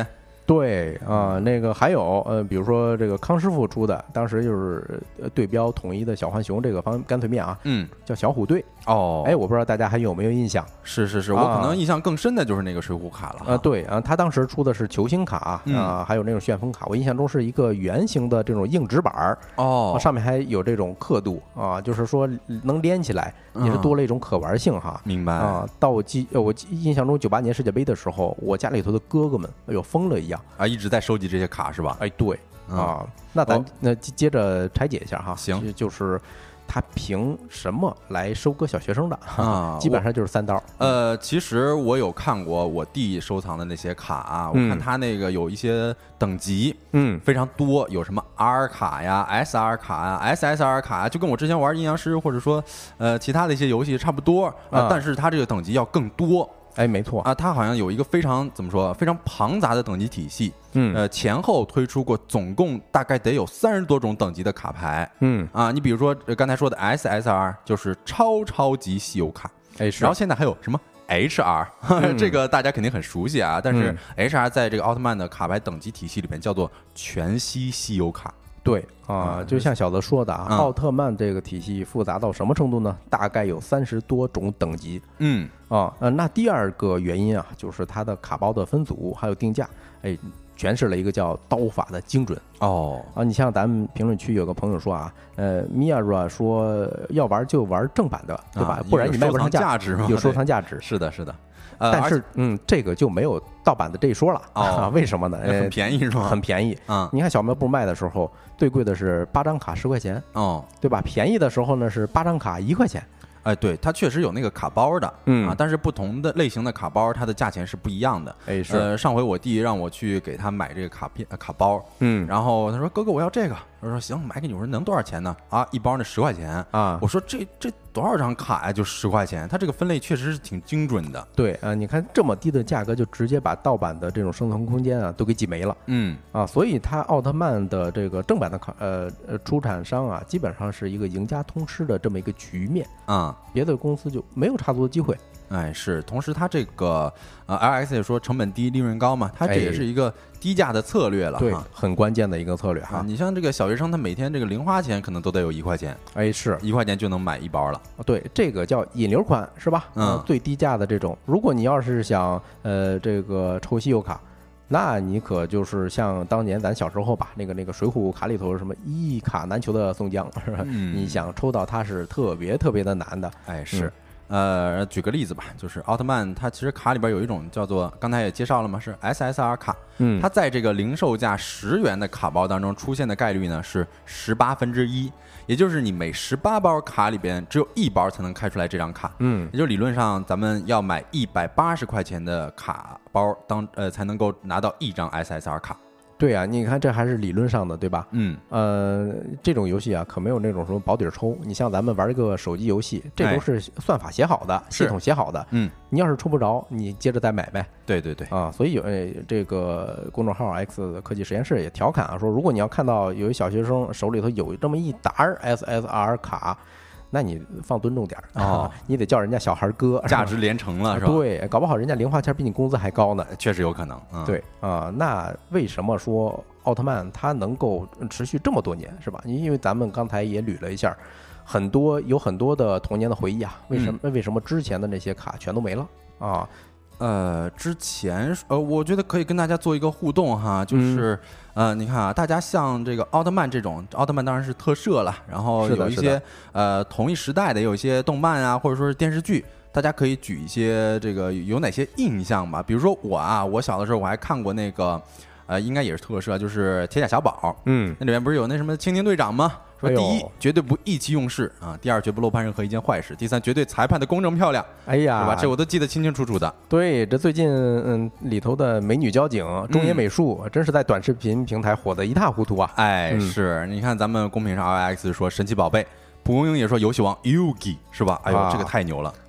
对啊，那个还有比如说这个康师傅出的，当时就是对标统一的小浣熊这个干脆面啊，叫小虎队哦， 哎，我不知道大家还有没有印象？ 是，我可能印象更深的就是那个水浒卡了对啊，他当时出的是球星卡还有那种旋风卡，我印象中是一个圆形的这种硬纸板哦，上面还有这种刻度啊，就是说能连起来，也是多了一种可玩性哈。 明白啊，到我印象中98年世界杯的时候，我家里头的哥哥们哎呦疯了一样啊，一直在收集这些卡是吧？ 哎，对啊，那咱接着拆解一下哈。 行， 就是他凭什么来收割小学生的啊？基本上就是3刀。 其实我有看过我弟收藏的那些卡啊，我看他那个有一些等级，非常多，有什么 R 卡呀、SR 卡呀、SSR 卡呀，就跟我之前玩阴阳师或者说其他的一些游戏差不多但是它这个等级要更多。 哎，没错啊，它好像有一个非常怎么说非常庞杂的等级体系，前后推出过总共大概得有30多种等级的卡牌，你比如说刚才说的 SSR 就是超级稀有卡， 哎， 然后现在还有什么 HR，这个大家肯定很熟悉啊，但是 HR 在这个奥特曼的卡牌等级体系里面叫做全息稀有卡。 对啊，就像小泽说的啊，奥特曼这个体系复杂到什么程度呢？大概有30多种等级。那第二个原因啊，就是它的卡包的分组还有定价，哎，诠释了一个叫刀法的精准。你像咱们评论区有个朋友说啊，米亚若说要玩就玩正版的，对吧？不然你卖不上价值嘛， 有收藏价值。 是的。 但是这个就没有盗版的这一说了为什么呢？ 很便宜是吗？ 很便宜你看小卖部卖的时候，最贵的是8张卡10块钱对吧？便宜的时候呢是8张卡1块钱。 哎，对，它确实有那个卡包的，但是不同的类型的卡包，它的价钱是不一样的。 哎，是。 上回我弟让我去给他买这个卡包，然后他说哥哥我要这个，我说行，买给你。我说能多少钱呢？一包那10块钱啊。 我说这多少张卡呀？就10块钱，它这个分类确实是挺精准的。 对你看这么低的价格，就直接把盗版的这种生存空间都给挤没了。所以它奥特曼的这个正版的卡出产商啊，基本上是一个赢家通吃的这么一个局面别的公司就没有插足的机会。 哎，是，同时它这个LX 也说成本低利润高嘛，它这也是一个低价的策略了， 对，很关键的一个策略哈。 你像这个小学生，他每天这个零花钱可能都得有1块钱， 哎，是 1块钱就能买一包了。 对，这个叫引流款是吧？最低价的这种，如果你要是想这个抽稀有卡，那你可就是像当年咱小时候吧，那个水浒卡里头什么一卡难求的宋江，是吧？你想抽到它是特别的难的。 哎，是。举个例子吧，就是奥特曼，它其实卡里边有一种叫做，刚才也介绍了嘛，是 SSR 卡，它在这个零售价10元的卡包当中出现的概率呢是1/18，也就是你每18包卡里边只有1包才能开出来这张卡，也就理论上咱们要买180块钱的卡包才能够拿到1张 SSR 卡。 对啊，你看这还是理论上的，对吧？这种游戏啊，可没有那种什么保底抽。你像咱们玩一个手机游戏，这都是算法写好的，系统写好的。你要是抽不着，你接着再买呗。 对所以这个公众号 X 科技实验室也调侃说，如果你要看到有一小学生手里头有这么一沓 SSR 卡，那你放尊重点你得叫人家小孩哥， 价值连城了是吧？ 对，搞不好人家零花钱比你工资还高呢， 确实有可能。 对那为什么说奥特曼它能够持续这么多年是吧？因为咱们刚才也捋了一下，有很多的童年的回忆啊。为什么之前的那些卡全都没了之前我觉得可以跟大家做一个互动哈，就是你看大家像这个奥特曼这种，奥特曼当然是特摄了，然后有一些同一时代的，也有一些动漫啊，或者说是电视剧，大家可以举一些这个有哪些印象吧？比如说我小的时候我还看过那个应该也是特摄，就是铁甲小宝，那里面不是有那什么蜻蜓队长吗？说第一绝对不意气用事第二绝不漏判任何一件坏事，第三绝对裁判的公正漂亮。 哎呀， 是吧？这我都记得清清楚楚的。 对，这最近里头的美女交警中野美术真是在短视频平台火得一塌糊涂啊！ 哎，是你看咱们公屏上 LX 说神奇宝贝，蒲公英也说游戏王 Yugi 是吧？哎呦，这个太牛了。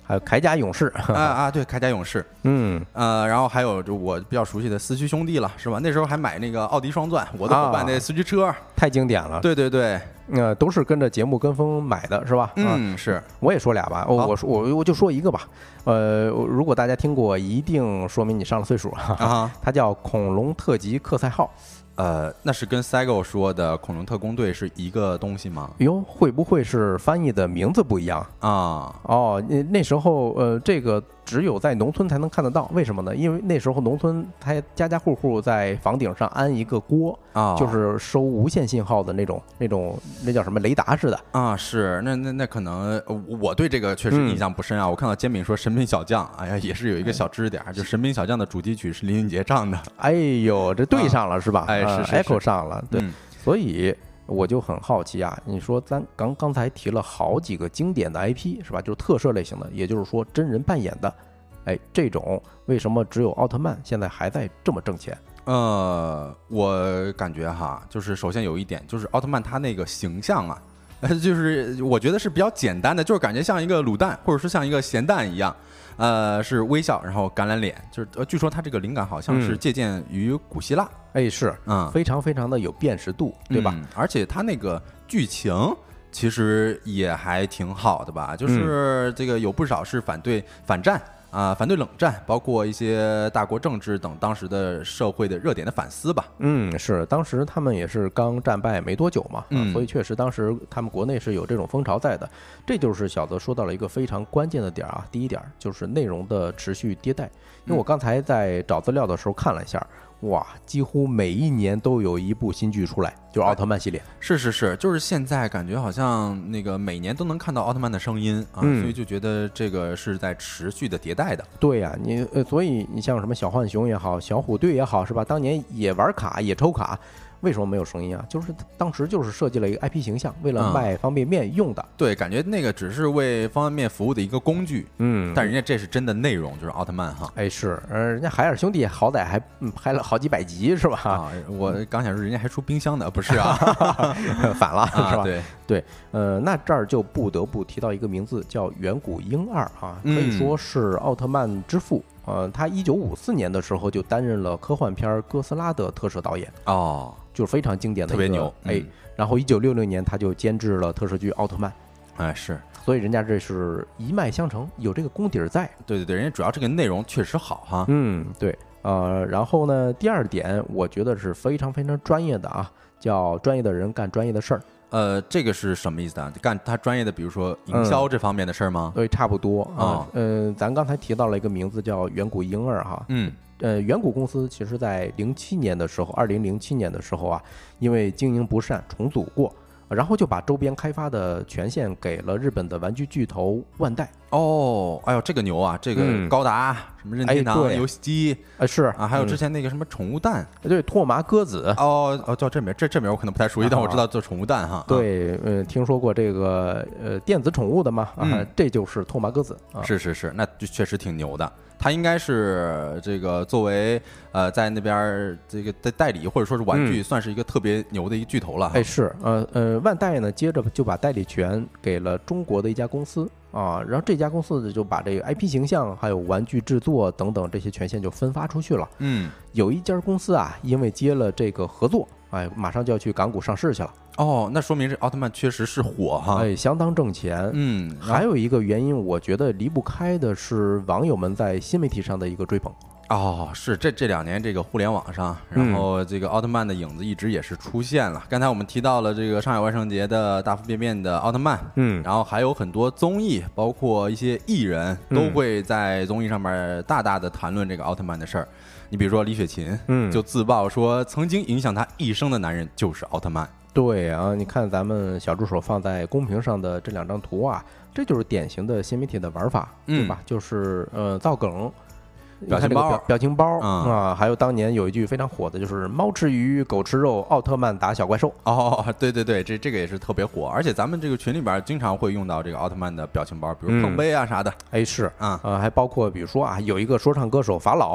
还有铠甲勇士对，铠甲勇士，然后还有就我比较熟悉的四驱兄弟了，是吧？那时候还买那个奥迪双钻，我的伙伴那四驱车， 太经典了。 对对对， 都是跟着节目跟风买的，是吧？ 是。 我也说俩吧，我就说一个吧。如果大家听过，一定说明你上了岁数啊。它叫恐龙特级克赛号。 那是跟 Sego 说的恐龙特工队是一个东西吗？ 哟，会不会是翻译的名字不一样啊？ 哦，那时候这个只有在农村才能看得到，为什么呢？因为那时候农村它家家户户在房顶上安一个锅啊，就是收无线信号的那种那叫什么雷达似的啊。是，那可能我对这个确实印象不深啊。我看到煎饼说神兵小将，哎呀，也是有一个小知识点，就神兵小将的主题曲是林俊杰唱的。 哎呦，这对上了是吧？ 哎，是 echo 上了，对，所以我就很好奇啊，你说咱刚才提了好几个经典的 IP 是吧？就是特摄类型的，也就是说真人扮演的，哎，这种为什么只有奥特曼现在还在这么挣钱？ 我感觉哈，就是首先有一点，就是奥特曼他那个形象啊，就是我觉得是比较简单的，就是感觉像一个卤蛋，或者是像一个咸蛋一样。是微笑，然后橄榄脸，就是据说他这个灵感好像是借鉴于古希腊， 哎，是，非常非常的有辨识度，对吧？ 而且他那个剧情其实也还挺好的吧，就是这个有不少是反战反对冷战，包括一些大国政治等当时的社会的热点的反思吧。 是，当时他们也是刚战败没多久嘛，所以确实当时他们国内是有这种风潮在的。这就是小泽说到了一个非常关键的点啊，第一点就是内容的持续迭代。因为我刚才在找资料的时候看了一下，哇，几乎每一年都有一部新剧出来，就是奥特曼系列。 是，就是现在感觉好像那个每年都能看到奥特曼的声音啊，所以就觉得这个是在持续的迭代的。 对呀，所以你像什么小浣熊也好，小虎队也好，是吧？当年也玩卡也抽卡。为什么没有声音啊？就是当时就是设计了一个 IP 形象，为了卖方便面用的。 对，感觉那个只是为方便面服务的一个工具。但人家这是真的内容，就是奥特曼哈。 哎，是，人家海尔兄弟好歹还拍了好几百集是吧？ 我刚想说人家还出冰箱的，不是啊？ 反了是吧？ 对， 那这儿就不得不提到一个名字，叫远古婴二啊，可以说是奥特曼之父。他1954年的时候就担任了科幻片哥斯拉的特摄导演就是非常经典的， 特别牛。 然后1966年他就监制了特摄剧奥特曼。 是， 所以人家这是一脉相承，有这个功底在。 对，人家主要这个内容确实好哈。 对，然后呢，第二点我觉得是非常非常专业的啊，叫专业的人干专业的事儿。 这个是什么意思啊？干他专业的，比如说营销这方面的事儿吗？ 对，差不多啊。咱刚才提到了一个名字叫远古婴儿哈。远古公司其实在2007年的时候啊，因为经营不善重组过，然后就把周边开发的权限给了日本的玩具巨头万代。 哎呦，这个牛啊！这个高达什么任天堂游戏机是啊，还有之前那个什么宠物蛋， 对，拓麻鸽子叫这名，这名我可能不太熟悉，但我知道叫宠物蛋哈。 对，听说过这个电子宠物的吗？这就是拓麻鸽子。 是，那就确实挺牛的。他应该是这个作为在那边这个的代理或者说是玩具，算是一个特别牛的一个巨头了。 是万代呢，接着就把代理权给了中国的一家公司啊，然后这家公司就把这个 IP 形象还有玩具制作等等这些权限就分发出去了。有一家公司啊，因为接了这个合作，马上就要去港股上市去了。 那说明这奥特曼确实是火哈， 相当挣钱。还有一个原因，我觉得离不开的是网友们在新媒体上的一个追捧。 是这2年这个互联网上，然后这个奥特曼的影子一直也是出现了。刚才我们提到了这个上海万圣节的大腹便便的奥特曼，然后还有很多综艺，包括一些艺人都会在综艺上面大大的谈论这个奥特曼的事儿。你比如说李雪琴，就自曝说曾经影响她一生的男人就是奥特曼。 对啊，你看咱们小助手放在公屏上的这2张图啊，这就是典型的新媒体的玩法，对吧？就是造梗。表情包啊，还有当年有一句非常火的，就是猫吃鱼，狗吃肉，奥特曼打小怪兽。 对，这个也是特别火，而且咱们这个群里边经常会用到这个奥特曼的表情包，比如碰杯啊啥的。 是还包括比如说啊，有一个说唱歌手法老，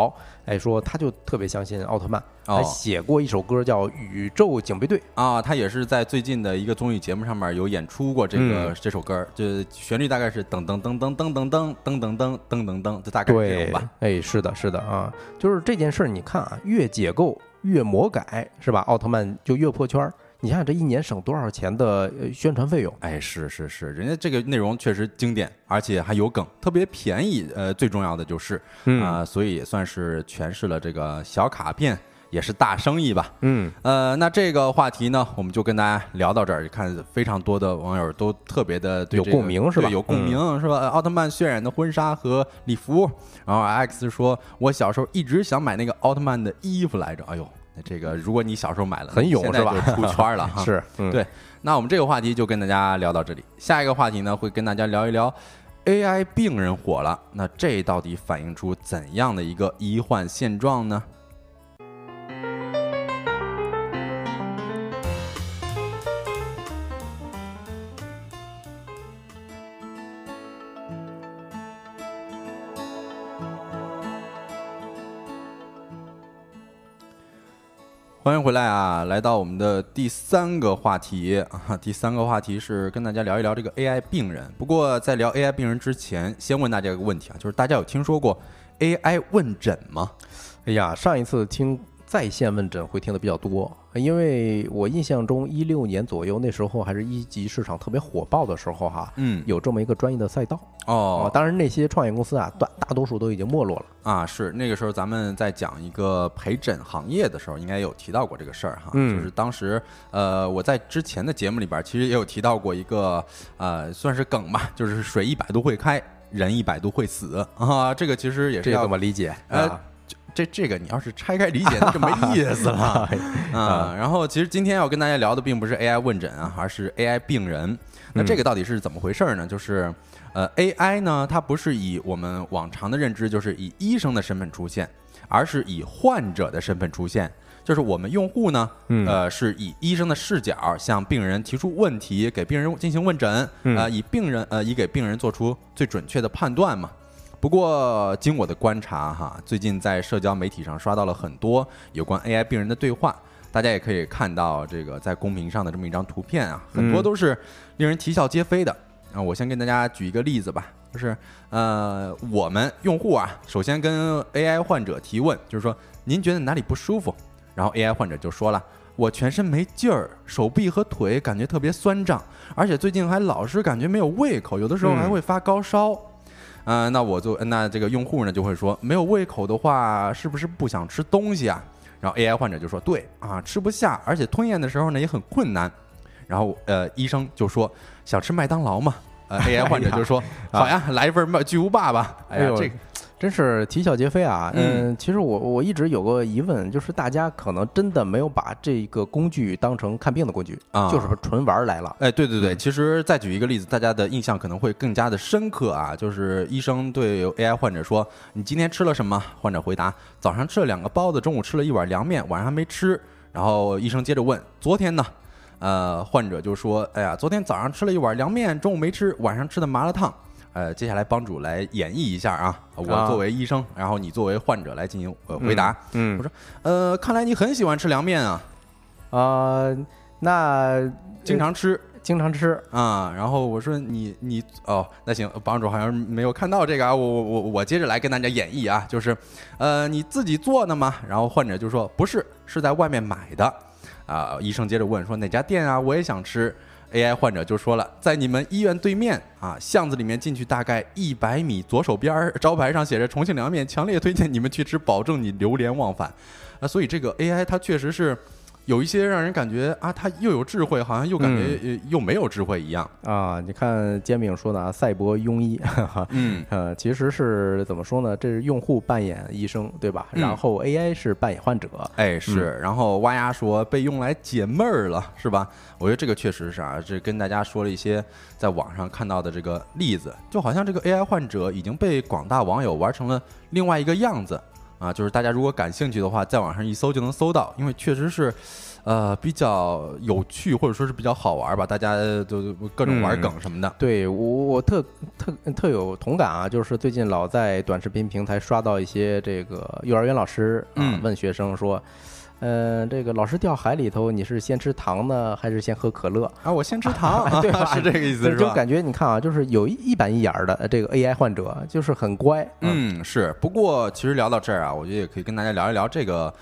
说他就特别相信奥特曼，还写过一首歌叫《宇宙警备队》 啊，他也是在最近的一个综艺节目上面有演出过这首歌，就旋律大概是噔噔噔噔噔噔噔噔噔噔噔噔噔，就大概是这种吧。 是的，是的啊，就是这件事儿，你看啊，越解构越魔改，是吧？奥特曼就越破圈。你想想这一年省多少钱的宣传费用？ 是，人家这个内容确实经典，而且还有梗，特别便宜。最重要的就是所以也算是诠释了这个小卡片也是大生意吧。那这个话题呢，我们就跟大家聊到这儿。看非常多的网友都特别的对有共鸣，是吧？ 有共鸣是吧？奥特曼渲染的婚纱和礼服，然后 X 说，我小时候一直想买那个奥特曼的衣服来着。哎呦。这个，如果你小时候买了， 很勇是吧？ 就出圈了哈。 是， 对。那我们这个话题就跟大家聊到这里。下一个话题呢，会跟大家聊一聊 AI 病人火了，那这到底反映出怎样的一个医患现状呢？欢迎回来啊！来到我们的第三个话题啊，第三个话题是跟大家聊一聊这个 AI 病人。不过在聊 AI 病人之前，先问大家一个问题啊，就是大家有听说过 AI 问诊吗？ 哎呀，上一次听在线问诊会听的比较多，因为我印象中16年左右，那时候还是一级市场特别火爆的时候哈，有这么一个专业的赛道当然那些创业公司啊，大多数都已经没落了啊。是那个时候咱们在讲一个陪诊行业的时候，应该有提到过这个事儿哈。就是当时我在之前的节目里边其实也有提到过一个算是梗吧，就是水100度会开，人100度会死啊。这个其实也是要怎么理解这个你要是拆开理解，那就没意思了然后其实今天要跟大家聊的并不是 AI 问诊啊，而是 AI 病人。那这个到底是怎么回事呢？就是AI 呢，它不是以我们往常的认知，就是以医生的身份出现，而是以患者的身份出现。就是我们用户呢，是以医生的视角向病人提出问题，给病人进行问诊，以给病人做出最准确的判断嘛。不过，经我的观察哈，最近在社交媒体上刷到了很多有关 AI 病人的对话，大家也可以看到这个在公屏上的这么一张图片啊，很多都是令人啼笑皆非的。我先跟大家举一个例子吧，就是我们用户啊，首先跟 AI 患者提问，就是说您觉得哪里不舒服？然后 AI 患者就说了，我全身没劲儿，手臂和腿感觉特别酸胀，而且最近还老是感觉没有胃口，有的时候还会发高烧。那这个用户呢就会说，没有胃口的话，是不是不想吃东西啊？然后 AI 患者就说，对啊，吃不下，而且吞咽的时候呢也很困难。然后医生就说，想吃麦当劳嘛？AI 患者就说，好呀，来一份巨无霸吧。哎呀，这个真是啼笑皆非啊！其实我一直有个疑问，就是大家可能真的没有把这个工具当成看病的工具就是纯玩来了。 对，其实再举一个例子，大家的印象可能会更加的深刻啊。就是医生对 AI 患者说：“你今天吃了什么？”患者回答：“早上吃了2个包子，中午吃了1碗凉面，晚上还没吃。”然后医生接着问：“昨天呢？”患者就说：“哎呀，昨天早上吃了1碗凉面，中午没吃，晚上吃的麻辣烫。”接下来帮主来演绎一下啊，我作为医生，然后你作为患者来进行回答。我说，看来你很喜欢吃凉面啊。 那经常吃啊。 然后我说你那行，帮主好像没有看到这个啊，我接着来跟大家演绎啊，就是你自己做的吗？然后患者就说不是，是在外面买的。医生接着问说哪家店啊？我也想吃。AI 患者就说了，在你们医院对面啊，巷子里面进去大概100米，左手边招牌上写着重庆凉面，强烈推荐你们去吃，保证你流连忘返。所以这个 AI 它确实是有一些让人感觉啊，它又有智慧，好像又感觉又没有智慧一样啊。你看煎饼说的啊，赛博庸医，其实是怎么说呢？这是用户扮演医生，对吧？然后 AI 是扮演患者， 是。然后蛙鸭说被用来解闷儿了，是吧？我觉得这个确实是啊，这跟大家说了一些在网上看到的这个例子，就好像这个 AI 患者已经被广大网友玩成了另外一个样子。 啊，就是大家如果感兴趣的话，在网上一搜就能搜到，因为确实是。比较有趣，或者说是比较好玩吧，大家都各种玩梗什么的。 对我特有同感啊，就是最近老在短视频平台刷到一些这个幼儿园老师问学生说。这个老师掉海里头，你是先吃糖呢，还是先喝可乐啊？我先吃糖，对吧？是这个意思，是吧？ 就感觉你看啊，就是有一板一眼的这个 AI 患者，就是很乖。 是。不过其实聊到这儿啊，我觉得也可以跟大家聊一聊这个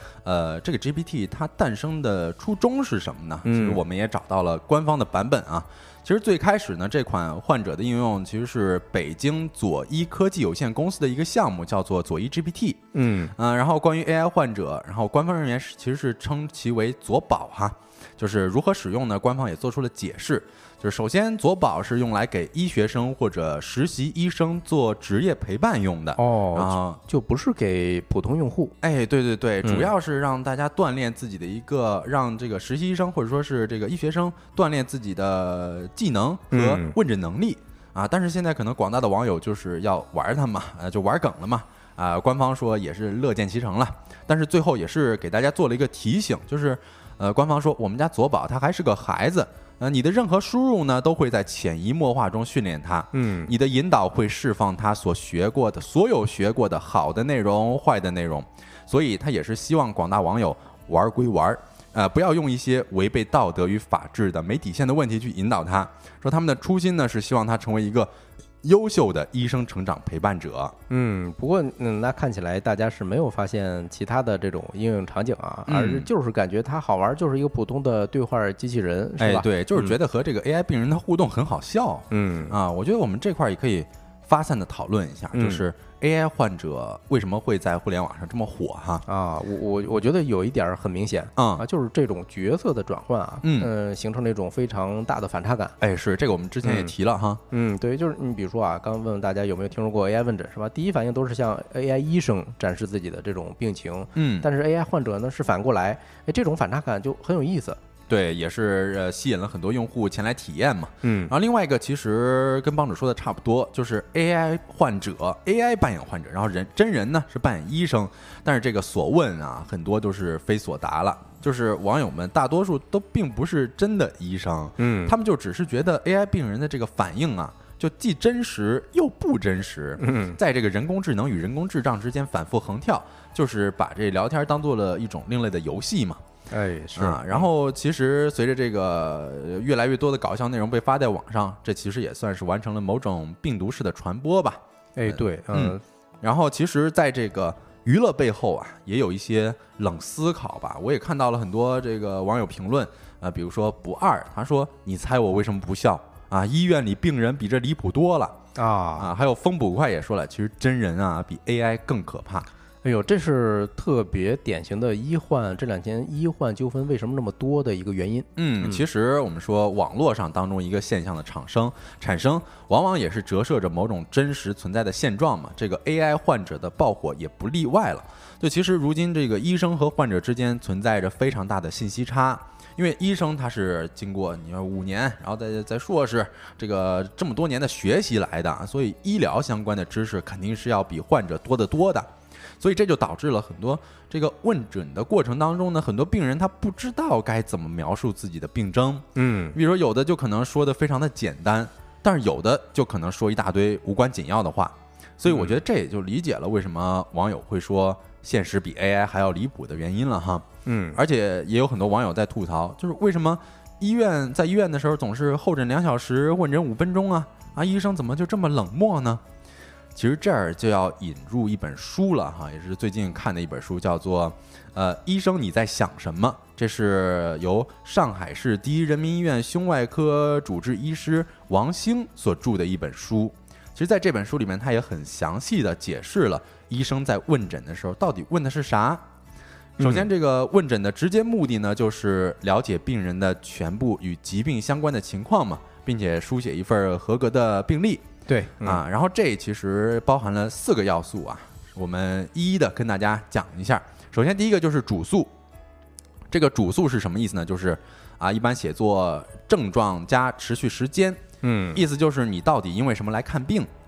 GPT 它诞生的初衷是什么呢？其实我们也找到了官方的版本啊。其实最开始呢，这款患者的应用其实是北京左一科技有限公司的一个项目，叫做左一 GPT。然后关于 AI 患者，然后官方人员其实是称其为左宝哈。就是如何使用呢？官方也做出了解释。就是首先，左宝是用来给医学生或者实习医生做职业陪伴用的就不是给普通用户。 哎，对，主要是让大家锻炼自己的一个，让这个实习医生或者说是这个医学生锻炼自己的技能和问诊能力啊。但是现在可能广大的网友就是要玩它嘛，就玩梗了嘛啊。官方说也是乐见其成了，但是最后也是给大家做了一个提醒，就是官方说我们家左宝他还是个孩子。你的任何输入呢，都会在潜移默化中训练他。你的引导会释放他所有学过的好的内容、坏的内容，所以他也是希望广大网友玩归玩，不要用一些违背道德与法治的没底线的问题去引导他。说他们的初心呢，是希望他成为一个优秀的医生成长陪伴者。 不过那看起来大家是没有发现其他的这种应用场景啊，而就是感觉它好玩，就是一个普通的对话机器人，是吧？ 对，就是觉得和这个 AI 病人的互动很好笑。我觉得我们这块也可以发散的讨论一下，就是 AI 患者为什么会在互联网上这么火哈？ 我觉得有一点很明显就是这种角色的转换啊，形成了一种非常大的反差感。 是这个我们之前也提了哈。 对，就是你比如说啊，刚问问大家有没有听说过 AI 问诊是吧？第一反应都是向 AI 医生展示自己的这种病情，但是 AI 患者呢是反过来，这种反差感就很有意思。 对，也是吸引了很多用户前来体验嘛。然后另外一个其实跟帮主说的差不多，就是 AI 患者 AI 扮演患者，然后真人呢是扮演医生，但是这个所问啊很多都是非所答了，就是网友们大多数都并不是真的医生，他们就只是觉得 AI 病人的这个反应啊就既真实又不真实，在这个人工智能与人工智障之间反复横跳，就是把这聊天当做了一种另类的游戏嘛。 是然后其实随着这个越来越多的搞笑内容被发在网上，这其实也算是完成了某种病毒式的传播吧。 对， 然后其实在这个娱乐背后啊，也有一些冷思考吧。我也看到了很多这个网友评论比如说不二，他说你猜我为什么不笑啊？医院里病人比这离谱多了还有风捕快也说了，其实真人啊比 AI 更可怕。 这是特别典型的这两天医患纠纷为什么那么多的一个原因。 其实我们说网络上当中一个现象的产生，往往也是折射着某种真实存在的现状嘛。这个 AI 患者的爆火也不例外了。就其实如今这个医生和患者之间存在着非常大的信息差。因为医生他是经过你说5年，然后在硕士这么多年的学习来的，所以医疗相关的知识肯定是要比患者多得多的。所以这就导致了很多这个问诊的过程当中呢，很多病人他不知道该怎么描述自己的病征。比如说有的就可能说的非常的简单，但是有的就可能说一大堆无关紧要的话。所以我觉得这也就理解了为什么网友会说现实比 AI 还要离谱的原因了哈。而且也有很多网友在吐槽，就是为什么在医院的时候总是候诊2小时，问诊5分钟啊，医生怎么就这么冷漠呢？其实这儿就要引入一本书了哈，也是最近看的一本书，叫做医生你在想什么？这是由上海市第一人民医院胸外科主治医师王兴所著的一本书。其实在这本书里面，他也很详细的解释了医生在问诊的时候到底问的是啥。首先，这个问诊的直接目的呢，就是了解病人的全部与疾病相关的情况嘛，并且书写一份合格的病历。 对然后这其实包含了4个要素啊，我们一一的跟大家讲一下。首先第一个就是主诉，这个主诉是什么意思呢？就是一般写作症状加持续时间，意思就是你到底因为什么来看病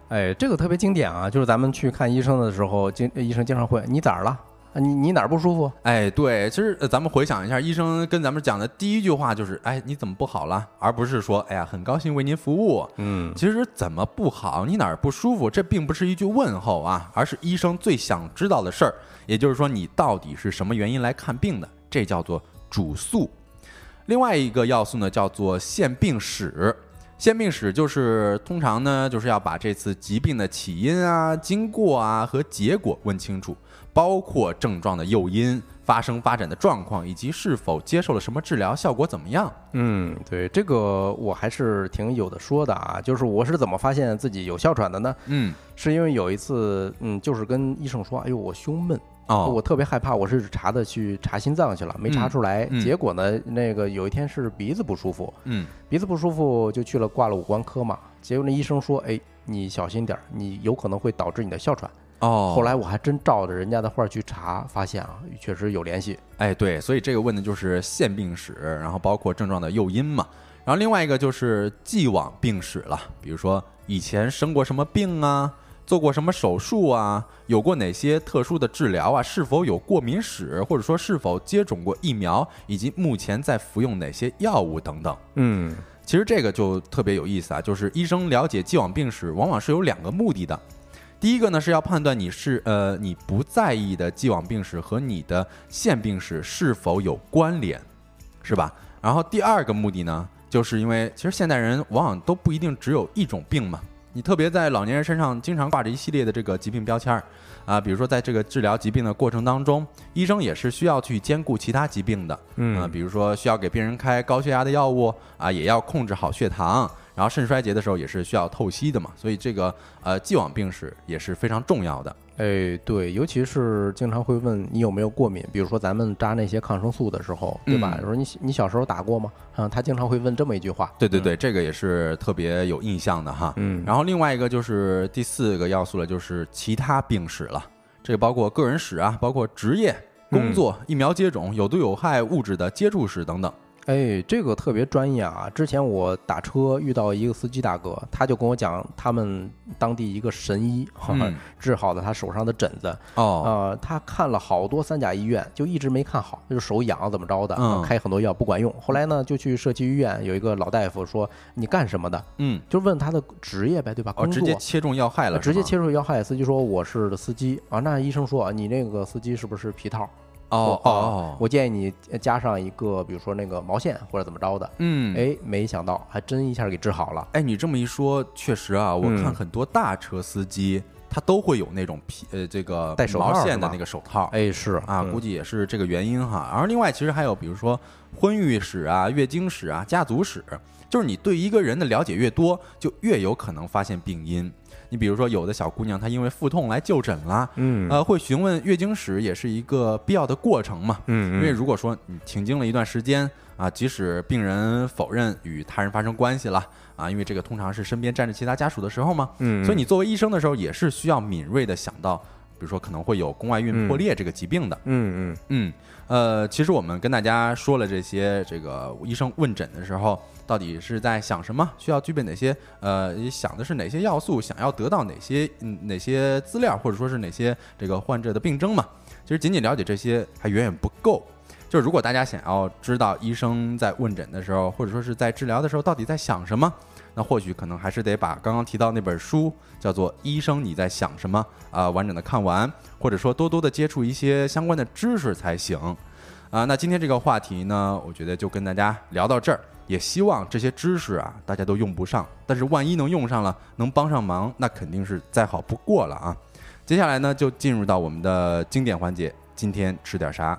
哎，这个特别经典啊，就是咱们去看医生的时候，医生经常会你咋了？你哪儿不舒服？ 哎，对，其实咱们回想一下，医生跟咱们讲的第一句话就是，哎，你怎么不好了？而不是说，哎呀，很高兴为您服务。其实怎么不好，你哪儿不舒服，这并不是一句问候啊，而是医生最想知道的事儿。也就是说，你到底是什么原因来看病的？这叫做主诉。另外一个要素呢，叫做现病史。现病史就是通常呢，就是要把这次疾病的起因啊、经过啊和结果问清楚，包括症状的诱因、发展的状况，以及是否接受了什么治疗，效果怎么样。 对，这个我还是挺有的说的啊。就是我是怎么发现自己有哮喘的呢？是因为有一次，就是跟医生说，哎呦，我胸闷。我特别害怕，我是去查心脏去了，没查出来。结果呢，那个有一天是鼻子不舒服，鼻子不舒服就挂了五官科嘛。结果那医生说，哎，你小心点，你有可能会导致你的哮喘。后来我还真照着人家的话去查，发现啊，确实有联系。 哎，对，所以这个问的就是现病史，然后包括症状的诱因嘛。然后另外一个就是既往病史了，比如说以前生过什么病啊，做过什么手术啊，有过哪些特殊的治疗啊，是否有过敏史，或者说是否接种过疫苗，以及目前在服用哪些药物等等。其实这个就特别有意思啊，就是医生了解既往病史往往是有2个目的的。第一个呢是要判断你不在意的既往病史和你的现病史是否有关联，是吧？然后第2个目的呢，就是因为其实现代人往往都不一定只有一种病嘛。你特别在老年人身上经常挂着一系列的这个疾病标签啊，比如说在这个治疗疾病的过程当中，医生也是需要去兼顾其他疾病的，比如说需要给病人开高血压的药物啊，也要控制好血糖，然后肾衰竭的时候也是需要透析的嘛，所以这个既往病史也是非常重要的。 哎，对，尤其是经常会问你有没有过敏，比如说咱们扎那些抗生素的时候，对吧？说你小时候打过吗？他经常会问这么一句话。 对，这个也是特别有印象的哈。然后另外一个就是第4个要素了，就是其他病史了，这个包括个人史啊，包括职业、工作、疫苗接种、有毒有害物质的接触史等等。 哎，这个特别专业啊！之前我打车遇到一个司机大哥，他就跟我讲，他们当地一个神医治好了他手上的疹子。他看了好多3甲医院，就一直没看好，就是手痒怎么着的，开很多药不管用。后来呢，就去社区医院，有一个老大夫说：“你干什么的？”就问他的职业呗，对吧？工作直接切中要害了， 直接切中要害。司机说：“我是司机啊。”那医生说：“你那个司机是不是皮套？”我建议你加上一个，比如说那个毛线或者怎么着的。没想到还真一下给治好了。 哎，你这么一说，确实啊，我看很多大车司机他都会有那种这个带毛线的那个手套。 哎，是啊，估计也是这个原因哈。然后另外其实还有比如说婚育史啊、月经史啊、家族史，就是你对一个人的了解越多，就越有可能发现病因。你比如说，有的小姑娘她因为腹痛来就诊了，会询问月经史，也是一个必要的过程嘛。因为如果说你停经了一段时间啊，即使病人否认与他人发生关系了啊，因为这个通常是身边站着其他家属的时候嘛，所以你作为医生的时候，也是需要敏锐的想到，比如说可能会有宫外孕破裂这个疾病的。其实我们跟大家说了这些，这个医生问诊的时候到底是在想什么，需要具备哪些想的是哪些要素，想要得到哪些资料，或者说是哪些这个患者的病征嘛。其实仅仅了解这些还远远不够，就是如果大家想要知道医生在问诊的时候，或者说是在治疗的时候到底在想什么，那或许可能还是得把刚刚提到那本书叫做《医生你在想什么》完整的看完，或者说多多的接触一些相关的知识才行那今天这个话题呢，我觉得就跟大家聊到这儿，也希望这些知识啊大家都用不上，但是万一能用上了，能帮上忙，那肯定是再好不过了啊。接下来呢，就进入到我们的经典环节，今天吃点啥。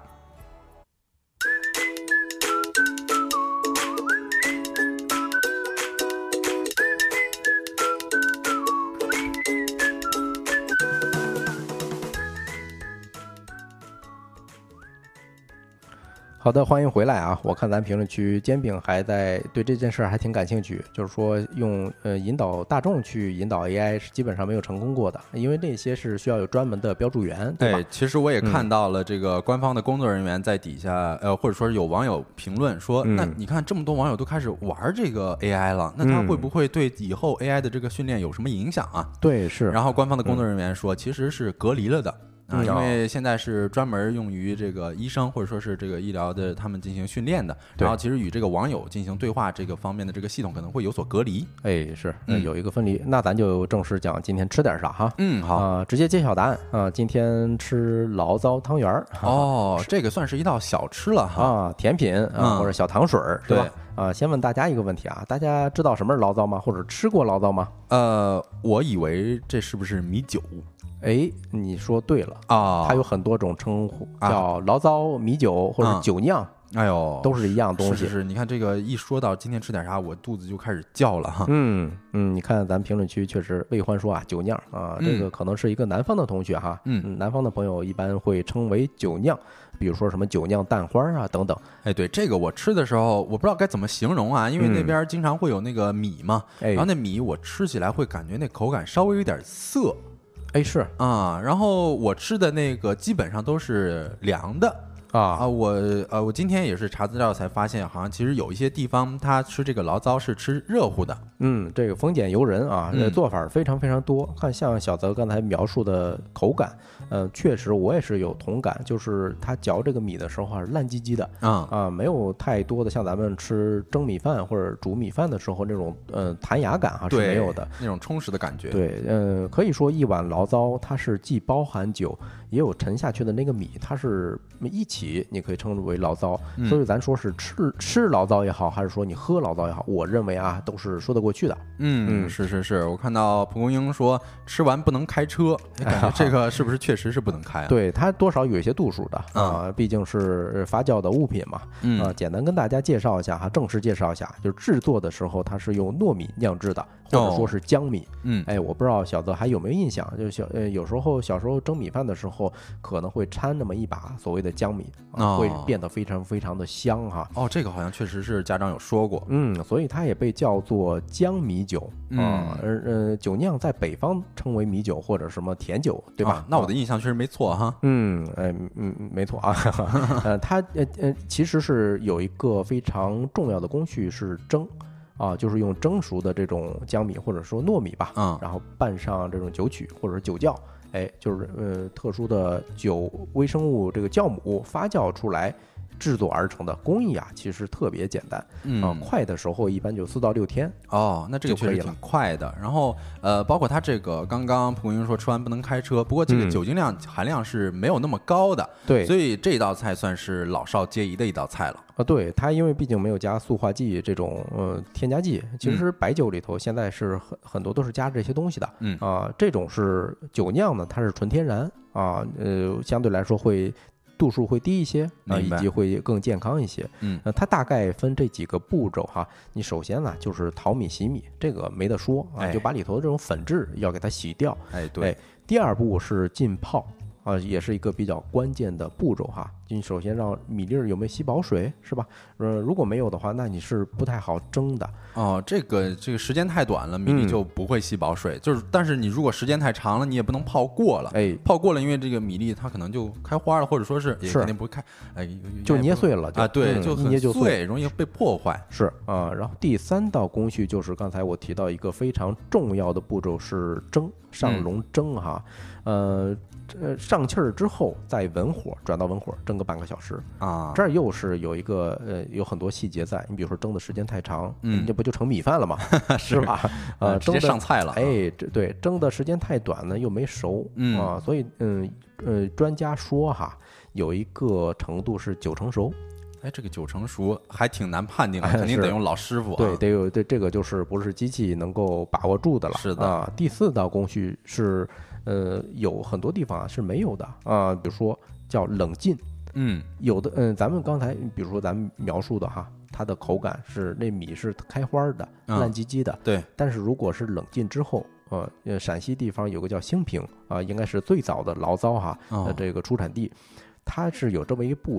好的，欢迎回来啊！我看咱评论区煎饼还在对这件事还挺感兴趣，就是说用引导大众去引导 AI 是基本上没有成功过的，因为那些是需要有专门的标注员，对吧？ 其实我也看到了这个官方的工作人员在底下，或者说有网友评论说，那你看这么多网友都开始玩这个 AI 了，那它会不会对以后 AI 的这个训练有什么影响啊？ 对，是。 然后官方的工作人员说，其实是隔离了的。因为现在是专门用于这个医生或者说是这个医疗的他们进行训练的，然后其实与这个网友进行对话这个方面的这个系统可能会有所隔离。 是，有一个分离。那咱就正式讲今天吃点啥哈。 好， 直接揭晓答案啊！今天吃醪糟汤圆儿。 这个算是一道小吃了哈。 甜品啊，或者小糖水儿，对吧？ 先问大家一个问题啊，大家知道什么是醪糟吗？或者吃过醪糟吗？ 我以为这是不是米酒？ 你说对了啊， 它有很多种称呼，叫醪糟、米酒或者酒酿，都是一样东西。 是，你看这个一说到今天吃点啥，我肚子就开始叫了哈。 你看咱评论区确实魏欢说酒酿啊，这个可能是一个南方的同学哈，南方的朋友一般会称为酒酿，比如说什么酒酿蛋花啊等等。 对，这个我吃的时候我不知道该怎么形容啊，因为那边经常会有那个米嘛，然后那米我吃起来会感觉那口感稍微有点涩。 是啊，然后我吃的那个基本上都是凉的我今天也是查资料才发现，好像其实有一些地方他吃这个醪糟是吃热乎的。 这个丰俭由人啊，做法非常非常多。看像小泽刚才描述的口感，确实我也是有同感，就是他嚼这个米的时候是烂唧唧的没有太多的像咱们吃蒸米饭或者煮米饭的时候那种弹牙感是没有的， 那种充实的感觉。 对，可以说一碗醪糟它是既包含酒，也有沉下去的那个米，它是一起，你可以称之为醪糟。所以咱说是吃醪糟也好，还是说你喝醪糟也好，我认为都是说得过去的。 是，我看到蒲公英说吃完不能开车，感觉这个是不是确实是不能开啊？ 对，它多少有一些度数的毕竟是发酵的物品嘛。简单跟大家介绍一下正式介绍一下，就是制作的时候它是用糯米酿制的，或者说是江米。我不知道小泽还有没有印象，就是有时候小时候蒸米饭的时候可能会掺那么一把所谓的江米，会变得非常非常的香哈。 这个好像确实是家长有说过。 所以它也被叫做江米酒酒酿在北方称为米酒或者什么甜酒，对吧？ 那我的印象确实没错哈。 没错啊。它其实是有一个非常重要的工序是蒸就是用蒸熟的这种江米或者说糯米吧，然后拌上这种酒曲或者酒酵，就是特殊的酒微生物这个酵母发酵出来制作而成的，工艺其实特别简单，快的时候一般就4到6天。 那这个确实挺快的。然后包括它这个刚刚蒲公英说吃完不能开车，不过这个酒精含量是没有那么高的， 对， 所以这道菜算是老少皆宜的一道菜了。 对，它因为毕竟没有加塑化剂这种添加剂，其实白酒里头现在是很多都是加这些东西的。这种是酒酿呢，它是纯天然相对来说会度数会低一些以及会更健康一些。它大概分这几个步骤哈。你首先呢就是淘米洗米，这个没得说就把里头的这种粉质要给它洗掉。 对。 第二步是浸泡也是一个比较关键的步骤哈。你首先让米粒有没有吸饱水，是吧？如果没有的话，那你是不太好蒸的。 这个时间太短了，米粒就不会吸饱水。但是你如果时间太长了，你也不能泡过了。泡过了，因为这个米粒它可能就开花了，或者说是也肯定不会开， 就捏碎了对，就很捏就碎， 容易被破坏。 是然后第3道工序就是刚才我提到一个非常重要的步骤是蒸，上笼蒸哈。上气儿之后再文火转到文火蒸个半个小时这儿又是有一个有很多细节在。你比如说蒸的时间太长，这不就成米饭了吗？是吧？ 直接上菜了。 对，蒸的时间太短呢又没熟所以专家说有一个程度是9成熟。 这个9成熟还挺难判定的，肯定得用老师傅。 对，得有这个就是不是机器能够把握住的了。 是的第4道工序是有很多地方是没有的比如说叫冷浸。有的咱们刚才比如说咱们描述的它的口感是那米是开花的，烂唧唧的。 对。 但是如果是冷浸之后陕西地方有个叫兴平应该是最早的醪糟这个出产地，它是有这么一个步骤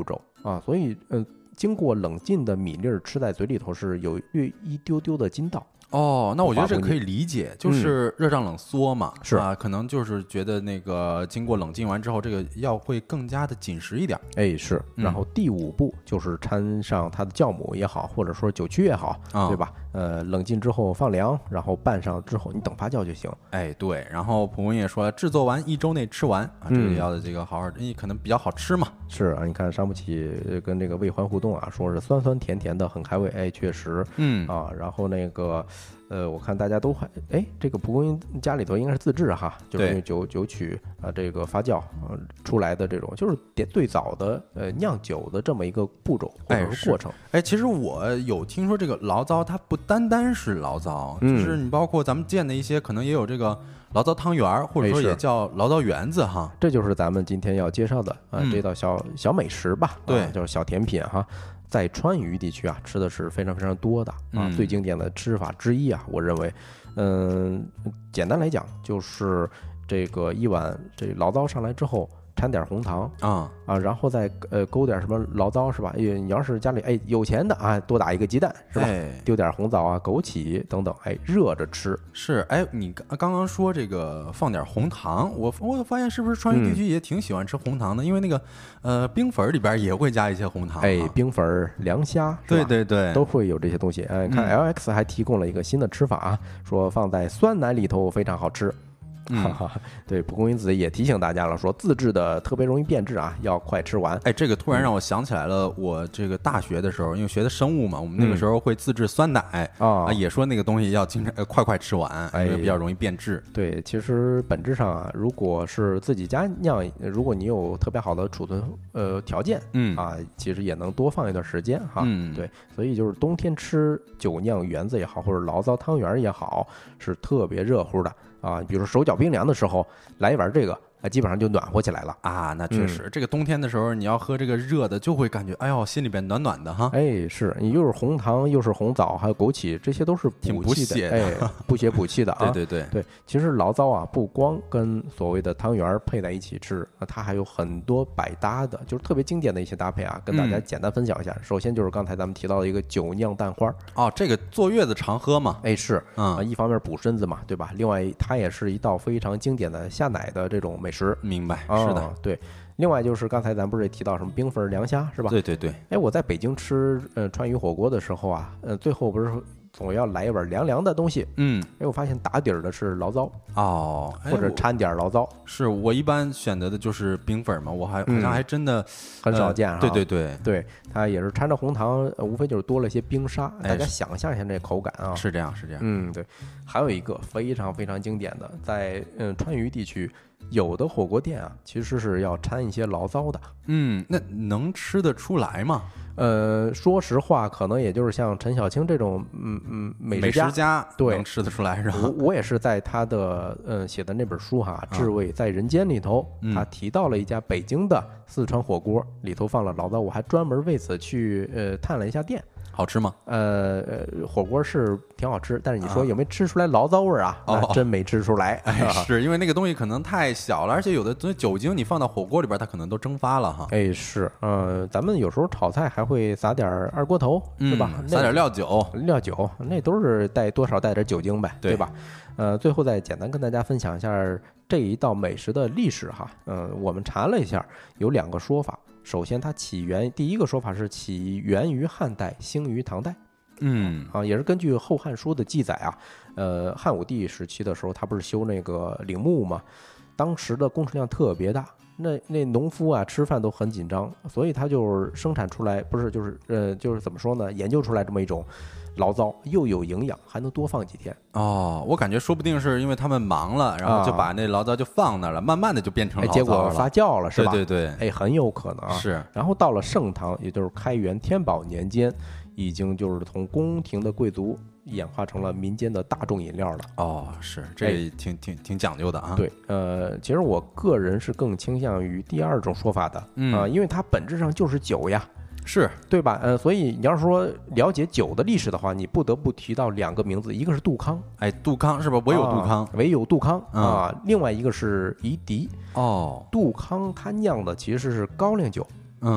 啊，所以经过冷浸的米粒儿吃在嘴里头是有略一丢丢的筋道。 哦，那我觉得这可以理解，就是热胀冷缩嘛， 是啊，可能就是觉得那个经过冷浸完之后，这个药会更加的紧实一点。 哎，是。然后第5步就是掺上它的酵母也好，或者说酒曲也好，对吧？冷浸之后放凉，然后拌上之后你等发酵就行。 哎，对。然后蒲公英也说了，制作完1周内吃完啊，这个药的这个好好，可能比较好吃嘛。 是啊，你看伤不起跟这个胃环互动啊，说是酸酸甜甜的，很开胃。哎，确实，然后那个。我看大家都还这个蒲公英家里头应该是自制哈，就是用酒曲啊这个发酵出来的这种，就是最早的酿酒的这么一个步骤或者是过程。 其实我有听说这个醪糟它不单单是醪糟，就是你包括咱们见的一些可能也有这个醪糟汤圆，或者说也叫醪糟圆子哈。 这就是咱们今天要介绍的这道小美食吧，对，就是小甜品哈。在川渝地区啊，吃的是非常非常多的啊，最经典的吃法之一啊，我认为，简单来讲就是这个一碗这醪糟上来之后，掺点红糖然后再勾点什么醪糟是吧？你要是家里有钱的啊，多打一个鸡蛋是吧？丢点红枣啊、枸杞等等，热着吃。 是你刚刚说这个放点红糖，我发现是不是川渝地区也挺喜欢吃红糖的？因为那个冰粉里边也会加一些红糖。 冰粉、凉虾， 对， 都会有这些东西。看 LX 还提供了一个新的吃法啊，说放在酸奶里头非常好吃。对，蒲公英子也提醒大家了，说自制的特别容易变质啊，要快吃完。 这个突然让我想起来了，我这个大学的时候，因为学的生物嘛，我们那个时候会自制酸奶也说那个东西要经常快吃完，因为比较容易变质。 对，其实本质上啊，如果是自己家酿，如果你有特别好的储存条件，其实也能多放一段时间哈。对，所以就是冬天吃酒酿圆子也好，或者醪糟汤圆也好，是特别热乎的。比如说手脚冰凉的时候，来一碗这个，基本上就暖和起来了啊。那确实，这个冬天的时候，你要喝这个热的，就会感觉心里边暖暖的哈。 是你又是红糖，又是红枣，还有枸杞，这些都是补气的，补血补气的啊。 对。 其实醪糟啊，不光跟所谓的汤圆配在一起吃，它还有很多百搭的，就是特别经典的一些搭配啊，跟大家简单分享一下。首先就是刚才咱们提到的一个酒酿蛋花这个坐月子常喝嘛。 是一方面补身子嘛，对吧？另外它也是一道非常经典的下奶的这种美食。 明白，是的， 对。另外就是刚才咱不是也提到什么冰粉、凉虾是吧？ 对。 我在北京吃川渝火锅的时候啊，最后不是总要来一碗凉凉的东西，我发现打底儿的是醪糟或者掺点醪糟。 是我一般选择的就是冰粉嘛，我好像还真的很少见啊。 对， 它也是掺着红糖，无非就是多了一些冰沙。大家想象一下这口感啊， 是这样。 对。还有一个非常非常经典的，在川渝地区。有的火锅店啊，其实是要掺一些醪糟的。 那能吃得出来吗？ 说实话，可能也就是像陈小青这种美食家，对， 能吃得出来是吧？ 我也是在他的写的那本书哈，《至味在人间》里头，他提到了一家北京的四川火锅，里头放了醪糟，我还专门为此去探了一下店。 好吃吗？ 火锅是挺好吃，但是你说有没有吃出来醪糟味啊？那真没吃出来。 是因为那个东西可能太小了，而且有的酒精你放到火锅里边，它可能都蒸发了哈。 是，咱们有时候炒菜还会撒点二锅头，是吧？ 撒点料酒， 那都是多少带点酒精呗，对吧？最后再简单跟大家分享一下这一道美食的历史哈。我们查了一下，有2个说法。首先，它第一个说法是起源于汉代，兴于唐代。也是根据《后汉书》的记载啊。汉武帝时期的时候，他不是修那个陵墓吗？当时的工程量特别大，那农夫啊吃饭都很紧张，所以他就是生产出来，不是就是怎么说呢？研究出来这么一种醪糟，又有营养，还能多放几天。 我感觉说不定是因为他们忙了，然后就把那醪糟就放那了，慢慢的就变成醪糟了， 结果发酵了，是吧？ 对， 很有可能啊。 是。然后到了盛唐，也就是开元天宝年间，已经就是从宫廷的贵族演化成了民间的大众饮料了。 是，这挺讲究的啊。 对，其实我个人是更倾向于第二种说法的，因为它本质上就是酒呀。 是对吧？所以你要是说了解酒的历史的话，你不得不提到2个名字，一个是杜康， 杜康是吧？唯有杜康啊，另外一个是夷狄。杜康他酿的其实是高粱酒，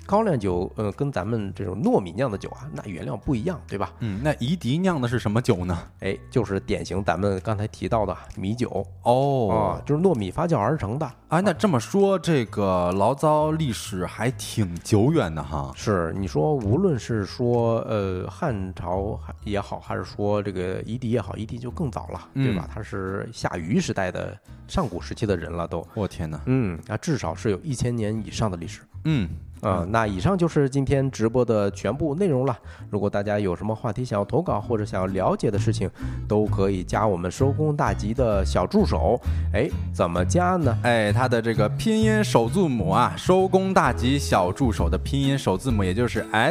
高粱酒，跟咱们这种糯米酿的酒啊，那原料不一样，对吧？ 那怡迪酿的是什么酒呢？ 哎，就是典型咱们刚才提到的米酒就是糯米发酵而成的。 那这么说，这个醪糟历史还挺久远的哈。 是，你说无论是说汉朝也好，还是说这个夷狄也好，夷狄就更早了，对吧？他是夏禹时代的上古时期的人了都。 我天哪！ 至少是有1000年以上的历史。 那以上就是今天直播的全部内容了。如果大家有什么话题想要投稿或者想要了解的事情，都可以加我们收工大吉的小助手。怎么加呢？ 他的这个拼音首字母啊，收工大吉小助手的拼音首字母，也就是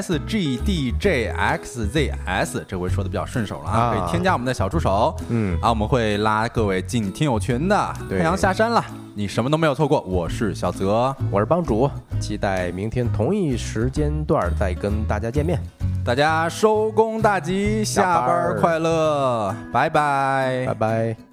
SGDJXZS， 这回说的比较顺手了啊，可以添加我们的小助手。我们会拉各位进听友群的。太阳下山了，你什么都没有错过。我是小泽， 我是帮主，期待明天同一时间段再跟大家见面。 大家收工大吉，下班快乐，拜拜， 拜拜。